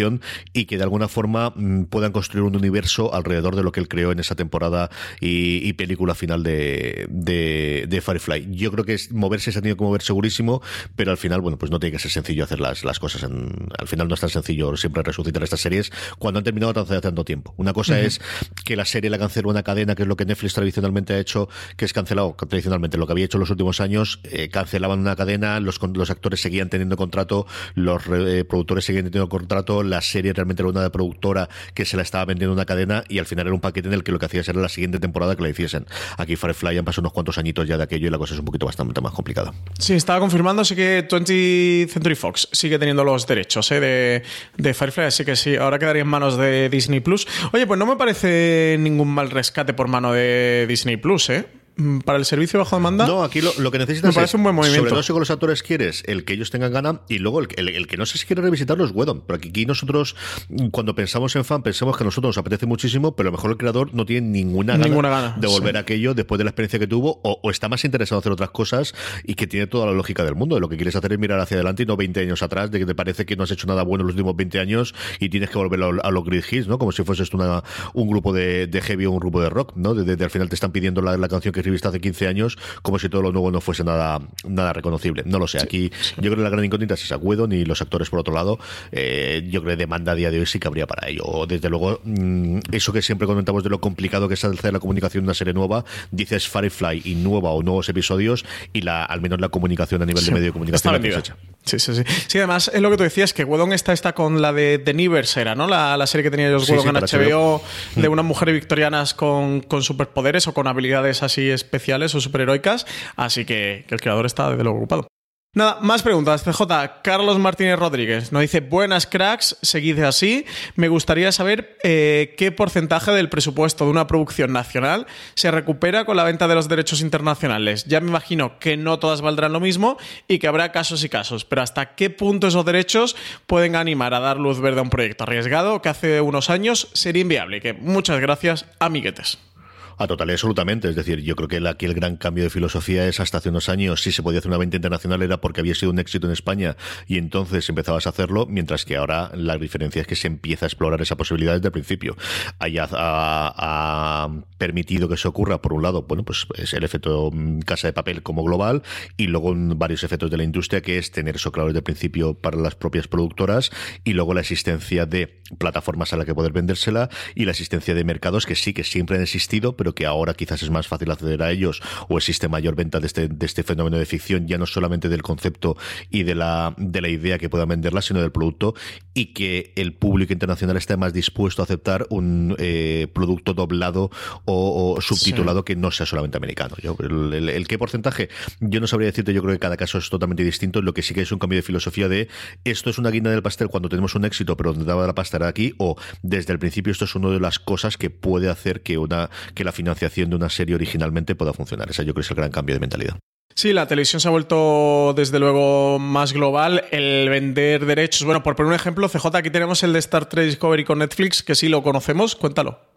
y que de alguna forma mm, puedan construir un universo alrededor de lo que él creó en esa temporada y, y película final de, de, de Firefly. Yo creo que es, moverse se ha tenido que mover segurísimo, pero al final, bueno, pues no tiene que ser sencillo hacer las, las cosas. En, al final no es tan sencillo siempre resucitar estas series cuando han terminado hace tanto tiempo. Una cosa uh-huh. es que la serie la canceló una cadena, que es lo que Netflix tradicionalmente ha hecho, que es cancelado tradicionalmente lo que había hecho en los últimos años, eh, cancelaban una cadena, los, los actores seguían teniendo contrato, los eh, productores seguían teniendo contrato, la serie realmente era una productora que se la estaba vendiendo una cadena y al final era un paquete en el que lo que hacías era la siguiente temporada que la hiciesen. Aquí Firefly han pasado unos cuantos añitos ya de aquello y la cosa es un poquito bastante más complicada. Sí, estaba confirmando, sí que twentieth Century Fox sigue teniendo los derechos ¿eh? de, de Firefly, así que sí, ahora quedaría en manos de Disney Plus. Oye, pues no me parece ningún mal rescate por mano de Disney Plus, ¿eh? Para el servicio bajo demanda. No, aquí lo, lo que necesitas me parece es, un buen movimiento. sobre todo si con los actores quieres el que ellos tengan gana y luego el, el, el que no sé si quiere revisitarlo es Whedon. Pero aquí, aquí nosotros, cuando pensamos en fan, pensamos que a nosotros nos apetece muchísimo, pero a lo mejor el creador no tiene ninguna gana, ninguna gana de volver sí. a aquello después de la experiencia que tuvo o, o está más interesado en hacer otras cosas y que tiene toda la lógica del mundo. De lo que quieres hacer es mirar hacia adelante y no veinte años atrás, de que te parece que no has hecho nada bueno en los últimos veinte años y tienes que volver a, a los Great Hits, ¿no? Como si fueses una, un grupo de, de heavy o un grupo de rock, ¿no? Desde de, de, al final te están pidiendo la, la canción que escribiste hace quince años como si todo lo nuevo no fuese nada nada reconocible. No lo sé. Aquí sí, sí. Yo creo que la gran incógnita es esa Whedon y los actores por otro lado. Eh, yo creo que demanda a día de hoy sí que habría para ello. O desde luego, mmm, eso que siempre comentamos de lo complicado que es hacer la comunicación de una serie nueva, dices Firefly y nueva o nuevos episodios y la al menos la comunicación a nivel sí, de medio de comunicación está vendida. Sí, sí, sí. Sí, además es lo que tú decías, que Whedon está, está con la de The Neighbors, era, ¿no? La, la serie que tenía ellos sí, Whedon sí, en H B O de unas mujeres victorianas con, con superpoderes o con habilidades así especiales o superheroicas. Así que, que el creador está desde luego ocupado. Nada, más preguntas. C J. Carlos Martínez Rodríguez nos dice: buenas cracks, seguid así. Me gustaría saber eh, qué porcentaje del presupuesto de una producción nacional se recupera con la venta de los derechos internacionales. Ya me imagino que no todas valdrán lo mismo y que habrá casos y casos, pero ¿hasta qué punto esos derechos pueden animar a dar luz verde a un proyecto arriesgado que hace unos años sería inviable? Que muchas gracias, amiguetes. A total y absolutamente. Es decir, yo creo que aquí el gran cambio de filosofía es hasta hace unos años si se podía hacer una venta internacional era porque había sido un éxito en España y entonces empezabas a hacerlo, mientras que ahora la diferencia es que se empieza a explorar esa posibilidad desde el principio. Haya ha, ha permitido que eso ocurra, por un lado, bueno, pues es el efecto Casa de Papel como global y luego varios efectos de la industria, que es tener eso claro desde el principio para las propias productoras y luego la existencia de plataformas a las que poder vendérsela y la existencia de mercados que sí que siempre han existido, pero que ahora quizás es más fácil acceder a ellos o existe mayor venta de este, de este fenómeno de ficción, ya no solamente del concepto y de la, de la idea que puedan venderla, sino del producto, y que el público internacional esté más dispuesto a aceptar un eh, producto doblado o, o subtitulado sí. que no sea solamente americano. Yo, el, el, el qué porcentaje, yo no sabría decirte, yo creo que cada caso es totalmente distinto. Lo que sí que es un cambio de filosofía de esto es una guinda del pastel cuando tenemos un éxito, pero donde daba la pasta era aquí, o desde el principio esto es una de las cosas que puede hacer que una que la financiación de una serie originalmente pueda funcionar. Ese yo creo que es el gran cambio de mentalidad. Sí, la televisión se ha vuelto desde luego más global, el vender derechos. Bueno, por poner un ejemplo, C J, aquí tenemos el de Star Trek Discovery con Netflix, que sí lo conocemos, cuéntalo.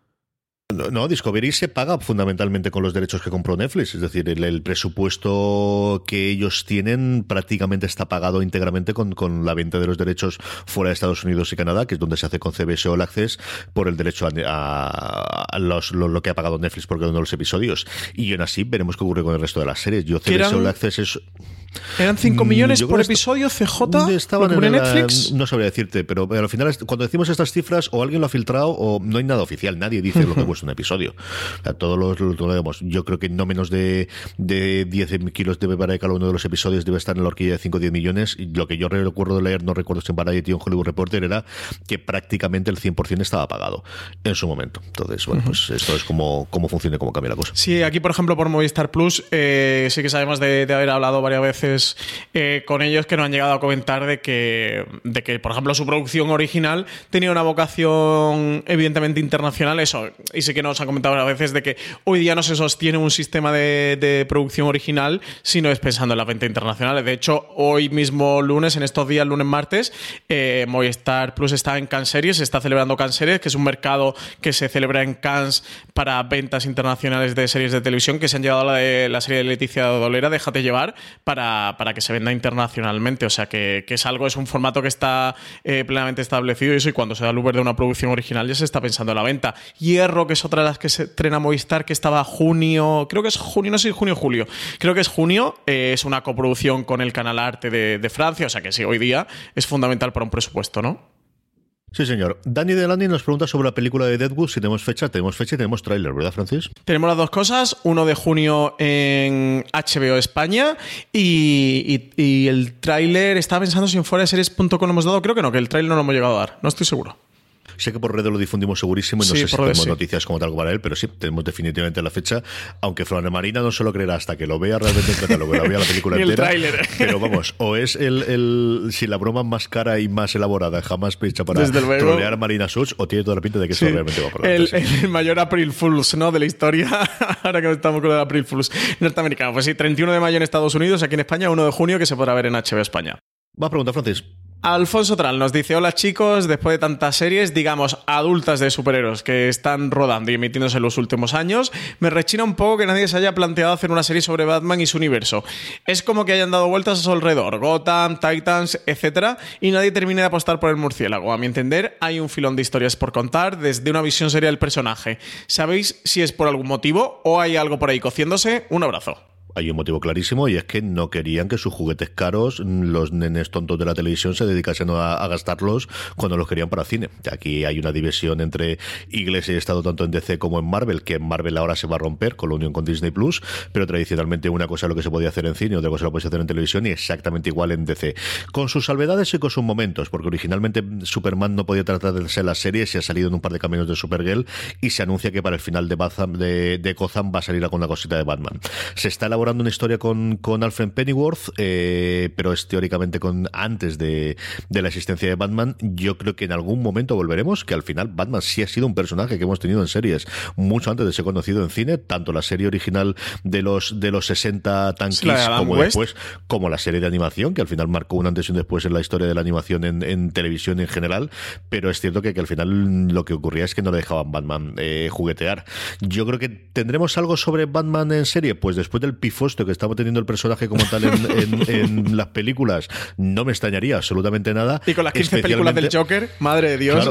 No, no, Discovery se paga fundamentalmente con los derechos que compró Netflix, es decir, el, el presupuesto que ellos tienen prácticamente está pagado íntegramente con, con la venta de los derechos fuera de Estados Unidos y Canadá, que es donde se hace con C B S All Access, por el derecho a, a, a los, lo, lo que ha pagado Netflix por cada uno de los episodios. Y aún así veremos qué ocurre con el resto de las series. Yo C B S All Access es... ¿Eran cinco millones por episodio, C J? Estaban en Netflix. La, no sabría decirte, pero, pero al final, cuando decimos estas cifras, o alguien lo ha filtrado, o no hay nada oficial. Nadie dice lo que cuesta un episodio. O sea, todos los, lo digamos, yo creo que no menos de, de diez kilos de Variety cada uno de los episodios debe estar en la horquilla de cinco o diez millones. Y lo que yo recuerdo de leer, no recuerdo si en Variety o en Hollywood Reporter, era que prácticamente el cien por ciento estaba pagado en su momento. Entonces, bueno, pues esto es como, cómo funciona y cómo cambia la cosa. Sí, aquí, por ejemplo, por Movistar Plus, eh, sí que sabemos de, de haber hablado varias veces Eh, con ellos, que nos han llegado a comentar de que, de que, por ejemplo, su producción original tenía una vocación evidentemente internacional, eso, y sí que nos han comentado a veces de que hoy día no se sostiene un sistema de, de producción original, sino es pensando en la venta internacional. De hecho, hoy mismo lunes, en estos días, lunes, martes, eh, Movistar Plus está en Cannes Series, está celebrando Cannes Series, que es un mercado que se celebra en Cannes para ventas internacionales de series de televisión, que se han llevado a la, de, la serie de Leticia Dolera, Déjate llevar, para para, para que se venda internacionalmente. O sea que, que es algo, es un formato que está eh, plenamente establecido y eso, y cuando se da luz verde a una producción original ya se está pensando en la venta. Hierro, que es otra de las que se estrena Movistar, que estaba junio, creo que es junio, no sé si junio o julio, creo que es junio, eh, es una coproducción con el Canal Arte de, de Francia, o sea que sí, hoy día es fundamental para un presupuesto, ¿no? Sí, señor. Dani Delany nos pregunta sobre la película de Deadwood, si tenemos fecha. Tenemos fecha y tenemos tráiler, ¿verdad, Francis? Tenemos las dos cosas, uno de junio en H B O España y, y, y el tráiler, estaba pensando si en fuera de series punto com lo hemos dado, creo que no, que el tráiler no lo hemos llegado a dar, no estoy seguro. Sé que por redes lo difundimos segurísimo y no sí, sé si por tenemos sí. noticias como tal para él, pero sí, tenemos definitivamente la fecha, aunque Flora Marina no se lo creerá hasta que lo vea realmente en catálogo, lo vea la película y entera. el tráiler. Pero vamos, o es el, el si la broma más cara y más elaborada jamás hecha para trolear a Marina Such, o tiene toda la pinta de que sí. Eso realmente va por el, delante, sí. el mayor April Fools, ¿no?, de la historia, ahora que estamos con el April Fools norteamericano. Pues sí, treinta y uno de mayo en Estados Unidos, aquí en España, uno de junio, que se podrá ver en H B O España. Va a preguntar, Francis. Alfonso Tral nos dice: hola chicos, después de tantas series, digamos, adultas de superhéroes que están rodando y emitiéndose en los últimos años, me rechina un poco que nadie se haya planteado hacer una serie sobre Batman y su universo. Es como que hayan dado vueltas a su alrededor, Gotham, Titans, etcétera, y nadie termine de apostar por el murciélago. A mi entender, hay un filón de historias por contar desde una visión seria del personaje. ¿Sabéis si es por algún motivo o hay algo por ahí cociéndose? Un abrazo. Hay un motivo clarísimo y es que no querían que sus juguetes caros, los nenes tontos de la televisión, se dedicasen a, a gastarlos cuando los querían para cine. Aquí hay una división entre Iglesia y Estado tanto en D C como en Marvel, que en Marvel ahora se va a romper con la unión con Disney Plus, pero tradicionalmente una cosa es lo que se podía hacer en cine, otra cosa lo podía hacer en televisión, y exactamente igual en D C. Con sus salvedades y con sus momentos, porque originalmente Superman no podía tratar de ser la serie, se ha salido en un par de caminos de Supergirl y se anuncia que para el final de, Batham, de, de Gotham va a salir con una cosita de Batman. Se está elaborando una historia con, con Alfred Pennyworth, eh, pero es teóricamente con antes de, de la existencia de Batman. Yo creo que en algún momento volveremos, que al final Batman sí ha sido un personaje que hemos tenido en series mucho antes de ser conocido en cine, tanto la serie original de los de los sesenta Tankies sí, como West. Después, como la serie de animación, que al final marcó un antes y un después en la historia de la animación en, en televisión en general, pero es cierto que, que al final lo que ocurría es que no le dejaban Batman eh, juguetear. Yo creo que tendremos algo sobre Batman en serie, pues después del pifosto que estamos teniendo el personaje como tal en, en, en las películas, no me extrañaría absolutamente nada. Y con las quince películas del Joker, madre de Dios. Claro,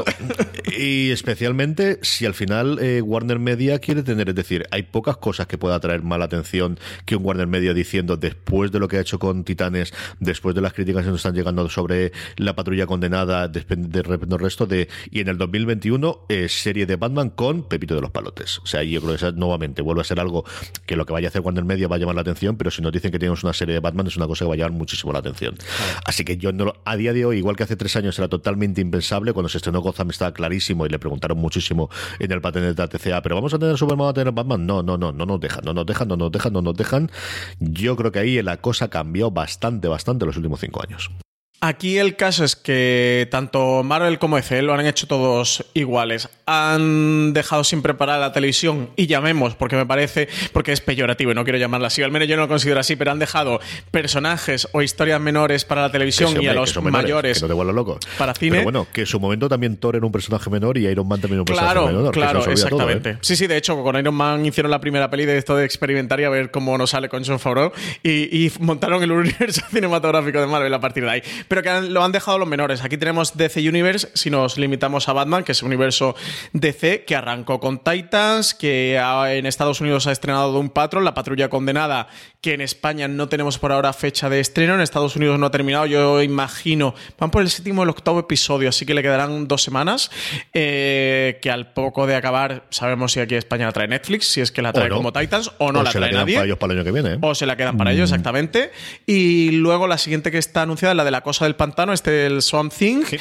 y especialmente si al final eh, Warner Media quiere tener, es decir, hay pocas cosas que pueda atraer más la atención que un Warner Media diciendo, después de lo que ha hecho con Titanes, después de las críticas que nos están llegando sobre La Patrulla Condenada, después de repente el resto de, y en el dos mil veintiuno eh, serie de Batman con Pepito de los Palotes. O sea, yo creo que esa, nuevamente vuelve a ser algo que lo que vaya a hacer Warner Media va a llamar la atención, pero si nos dicen que tenemos una serie de Batman es una cosa que va a llamar muchísimo la atención. Claro. Así que yo no lo, a día de hoy, igual que hace tres años era totalmente impensable, cuando se estrenó Gotham estaba clarísimo y le preguntaron muchísimo en el patente de la T C A, pero vamos a tener Superman, a tener Batman, no, no, no, no nos dejan, no nos dejan, no nos dejan, no nos dejan. Yo creo que ahí la cosa cambió bastante, bastante en los últimos cinco años. Aquí el caso es que tanto Marvel como D C lo han hecho todos iguales. Han dejado sin preparar la televisión, y llamemos, porque me parece, porque es peyorativo y no quiero llamarla así, al menos yo no lo considero así, pero han dejado personajes o historias menores para la televisión hombre, y a los menores, mayores que no te vuelvas loco. Para cine. Pero bueno, que en su momento también Thor era un personaje menor y Iron Man también un personaje claro, menor. Claro, claro, exactamente. Todo, ¿eh? Sí, sí, de hecho, con Iron Man hicieron la primera peli de esto de experimentar y a ver cómo nos sale con Jon Favreau y, y montaron el universo cinematográfico de Marvel a partir de ahí. Pero que han, lo han dejado los menores. Aquí tenemos D C Universe, si nos limitamos a Batman, que es un universo D C que arrancó con Titans, que en Estados Unidos ha estrenado Doom Patrol, La Patrulla Condenada, que en España no tenemos por ahora fecha de estreno, en Estados Unidos no ha terminado, yo imagino, van por el séptimo o el octavo episodio, así que le quedarán dos semanas, eh, que al poco de acabar sabemos si aquí a España la trae Netflix, si es que la trae no. como Titans, o no o la trae nadie. O se la quedan para ellos para el año que viene. ¿eh? O se la quedan para mm. ellos, exactamente. Y luego la siguiente que está anunciada es la de La Cosa del Pantano, este el Swamp Thing. Sí.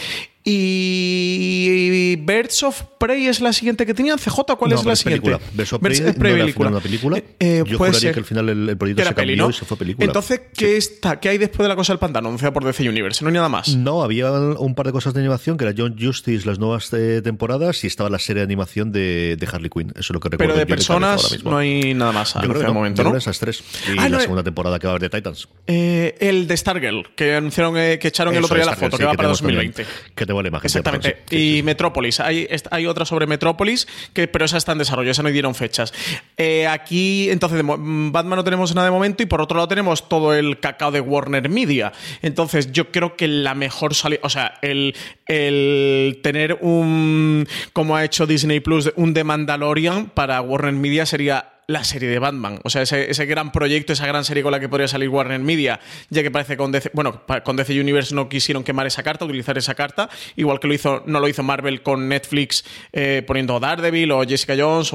Y Birds of Prey es la siguiente que tenían. C J, ¿cuál no, es la siguiente? Película. Birds of Prey, Prey no película. Una película. Eh, Yo puede juraría ser. que al final el, el proyecto se peli, cambió ¿no? y se fue película. Entonces, ¿qué, sí. está, ¿qué hay después de La Cosa del Pantano? Anunciada por D C Universe. No hay nada más. No, había un par de cosas de animación, que era John Justice, las nuevas eh, temporadas, y estaba la serie de animación de, de Harley Quinn. Eso es lo que recuerdo. Pero de personas no hay nada más. Yo creo que no, momento, ¿no? ¿no? Esas tres. Y ah, la no, segunda temporada que va a haber de Titans. Eh, el de Stargirl, que anunciaron, eh, que echaron Eso, el otro día la foto, que, que va para dos mil veinte. También. Que te vale más. Exactamente. Y Metrópolis. Metrópolis. Hay, hay otra sobre Metrópolis, que, pero esa está en desarrollo, esa no dieron fechas. Eh, aquí, entonces, de Batman no tenemos nada de momento y por otro lado tenemos todo el cacao de Warner Media. Entonces, yo creo que la mejor salida, o sea, el, el tener un, como ha hecho Disney Plus, un The Mandalorian para Warner Media sería la serie de Batman. O sea, ese, ese gran proyecto, esa gran serie con la que podría salir Warner Media, ya que parece que con D C, bueno, con D C Universe no quisieron quemar esa carta, utilizar esa carta, igual que lo hizo, no lo hizo Marvel con Netflix eh, poniendo Daredevil o Jessica Jones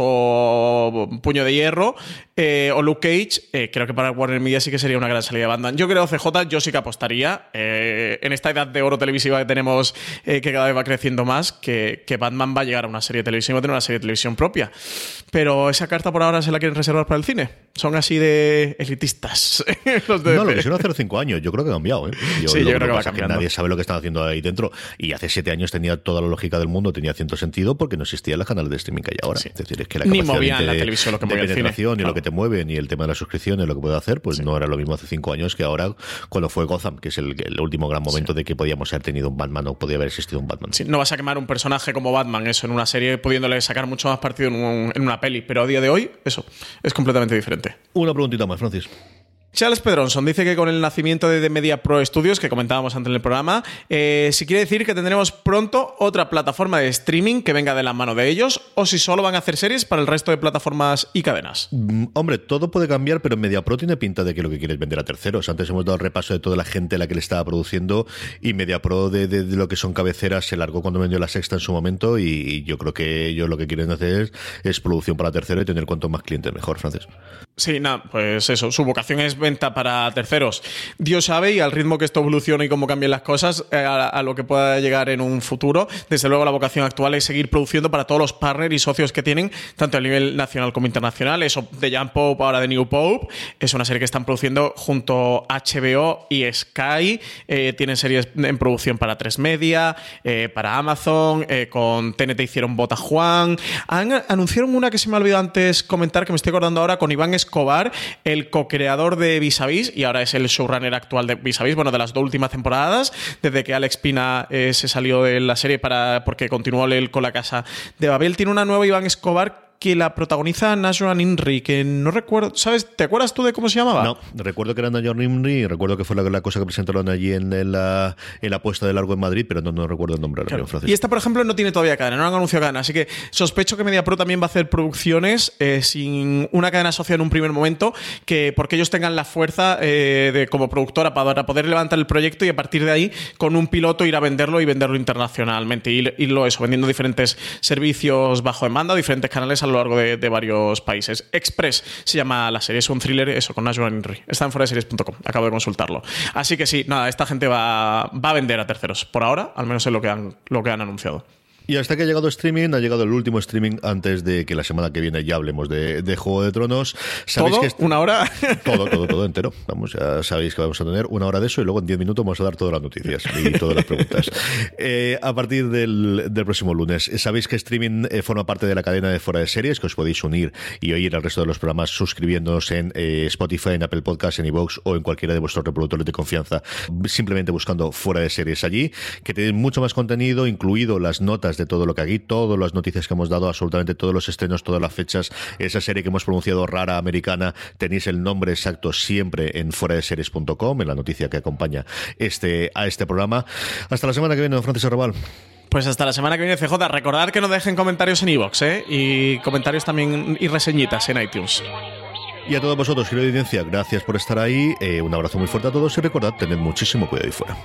o Puño de Hierro eh, o Luke Cage. Eh, creo que para Warner Media sí que sería una gran salida de Batman. Yo creo, C J, yo sí que apostaría eh, en esta edad de oro televisiva que tenemos, eh, que cada vez va creciendo más, que, que Batman va a llegar a una serie de televisión, va a tener una serie de televisión propia. Pero esa carta por ahora se la quieren reservar para el cine. Son así de elitistas. Los de no, lo quisieron hace cinco años. Yo creo que ha cambiado, ¿eh? Yo, sí, lo yo creo que va pasa cambiando. Que nadie sabe lo que están haciendo ahí dentro. Y hace siete años tenía toda la lógica del mundo, tenía cierto sentido porque no existían los canales de streaming que hay ahora. Sí. Es decir, es que la ni capacidad movían de, la televisión, lo que de movía el penetración cine. y lo que te mueve, ni el tema de las suscripciones, lo que puede hacer, pues sí. No era lo mismo hace cinco años que ahora cuando fue Gotham, que es el, el último gran momento sí. De que podíamos haber tenido un Batman o podía haber existido un Batman. Sí, no vas a quemar un personaje como Batman, eso, en una serie, pudiéndole sacar mucho más partido en, un, en una peli. Pero a día de hoy, eso, es completamente diferente. Una preguntita más, Francis. Charles Pedronson dice que con el nacimiento de The Media Pro Studios, que comentábamos antes en el programa, eh, si quiere decir que tendremos pronto otra plataforma de streaming que venga de la mano de ellos, o si solo van a hacer series para el resto de plataformas y cadenas. Mm, hombre, todo puede cambiar, pero Media Pro tiene pinta de que lo que quiere es vender a terceros. Antes hemos dado el repaso de toda la gente a la que le estaba produciendo, y Media Pro de, de, de lo que son cabeceras se largó cuando vendió La Sexta en su momento, y, y yo creo que ellos lo que quieren hacer es, es producción para terceros y tener cuanto más clientes mejor, Francis. Sí, nada, pues eso, su vocación es venta para terceros. Dios sabe, y al ritmo que esto evoluciona y cómo cambian las cosas, eh, a, a lo que pueda llegar en un futuro, desde luego la vocación actual es seguir produciendo para todos los partners y socios que tienen, tanto a nivel nacional como internacional. Eso de Young Pope, ahora de New Pope, es una serie que están produciendo junto a H B O y Sky. Eh, tienen series en producción para tres Media, eh, para Amazon, eh, con T N T hicieron Bota Juan. Han, anunciaron una que se me ha olvidado antes comentar, que me estoy acordando ahora, con Iván Escobar, el co-creador de Vis a Vis, y ahora es el showrunner actual de Vis a Vis, bueno, de las dos últimas temporadas, desde que Alex Pina eh, se salió de la serie para porque continuó él con La Casa de Babel. Tiene una nueva, Iván Escobar, que la protagoniza Najwa Nimri, que no recuerdo, ¿sabes? ¿Te acuerdas tú de cómo se llamaba? No, recuerdo que era Najwa Nimri y recuerdo que fue la, la cosa que presentaron allí en, en, la, en la puesta de largo en Madrid, pero no, no recuerdo el nombre. Claro. Mismo, y esta, por ejemplo, no tiene todavía cadena, no han anunciado cadena, así que sospecho que Media Pro también va a hacer producciones eh, sin una cadena asociada en un primer momento, que porque ellos tengan la fuerza eh, de como productora para poder levantar el proyecto y a partir de ahí, con un piloto, ir a venderlo y venderlo internacionalmente, y irlo eso, vendiendo diferentes servicios bajo demanda, diferentes canales a lo largo de, de varios países. Express se llama la serie, es un thriller, eso, con Najwa Nimri. Está en fuera de series punto com, acabo de consultarlo. Así que sí, nada, esta gente va, va a vender a terceros, por ahora, al menos es lo que han, lo que han anunciado. Y hasta que ha llegado streaming, ha llegado el último streaming antes de que la semana que viene ya hablemos de, de Juego de Tronos. ¿Sabéis ¿Todo? Que est- ¿Una hora? Todo, todo, todo entero. Vamos, ya sabéis que vamos a tener una hora de eso y luego en diez minutos vamos a dar todas las noticias y todas las preguntas. Eh, a partir del, del próximo lunes, sabéis que streaming eh, forma parte de la cadena de Fuera de Series, que os podéis unir y oír al resto de los programas suscribiéndonos en eh, Spotify, en Apple Podcasts, en iVoox o en cualquiera de vuestros reproductores de confianza, simplemente buscando Fuera de Series allí, que tenéis mucho más contenido, incluido las notas de todo lo que aquí, todas las noticias que hemos dado, absolutamente todos los estrenos, todas las fechas, esa serie que hemos pronunciado rara americana, tenéis el nombre exacto siempre en fuera de series punto com, en la noticia que acompaña este a este programa. Hasta la semana que viene, don Francis Arrabal. Pues hasta la semana que viene, C J. Recordad que nos dejen comentarios en iVoox, ¿eh? Y comentarios también y reseñitas en iTunes. Y a todos vosotros, querido audiencia, gracias por estar ahí. Eh, un abrazo muy fuerte a todos y recordad, tened muchísimo cuidado ahí fuera.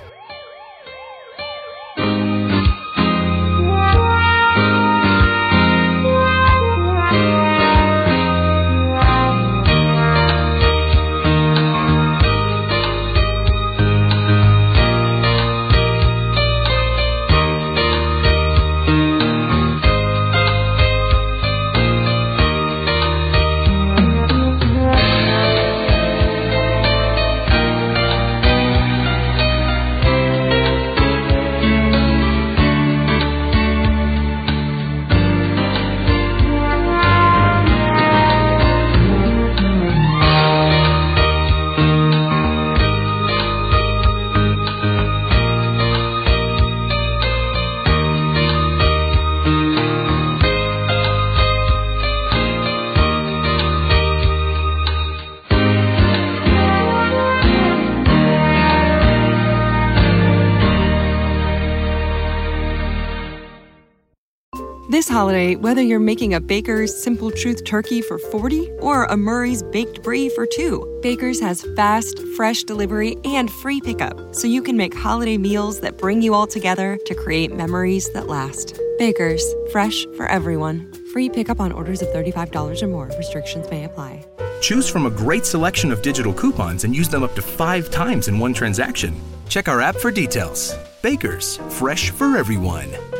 This holiday, whether you're making a Baker's Simple Truth turkey for forty or a Murray's Baked Brie for two, Baker's has fast, fresh delivery and free pickup, so you can make holiday meals that bring you all together to create memories that last. Baker's, fresh for everyone. Free pickup on orders of thirty-five dollars or more. Restrictions may apply. Choose from a great selection of digital coupons and use them up to five times in one transaction. Check our app for details. Baker's, fresh for everyone.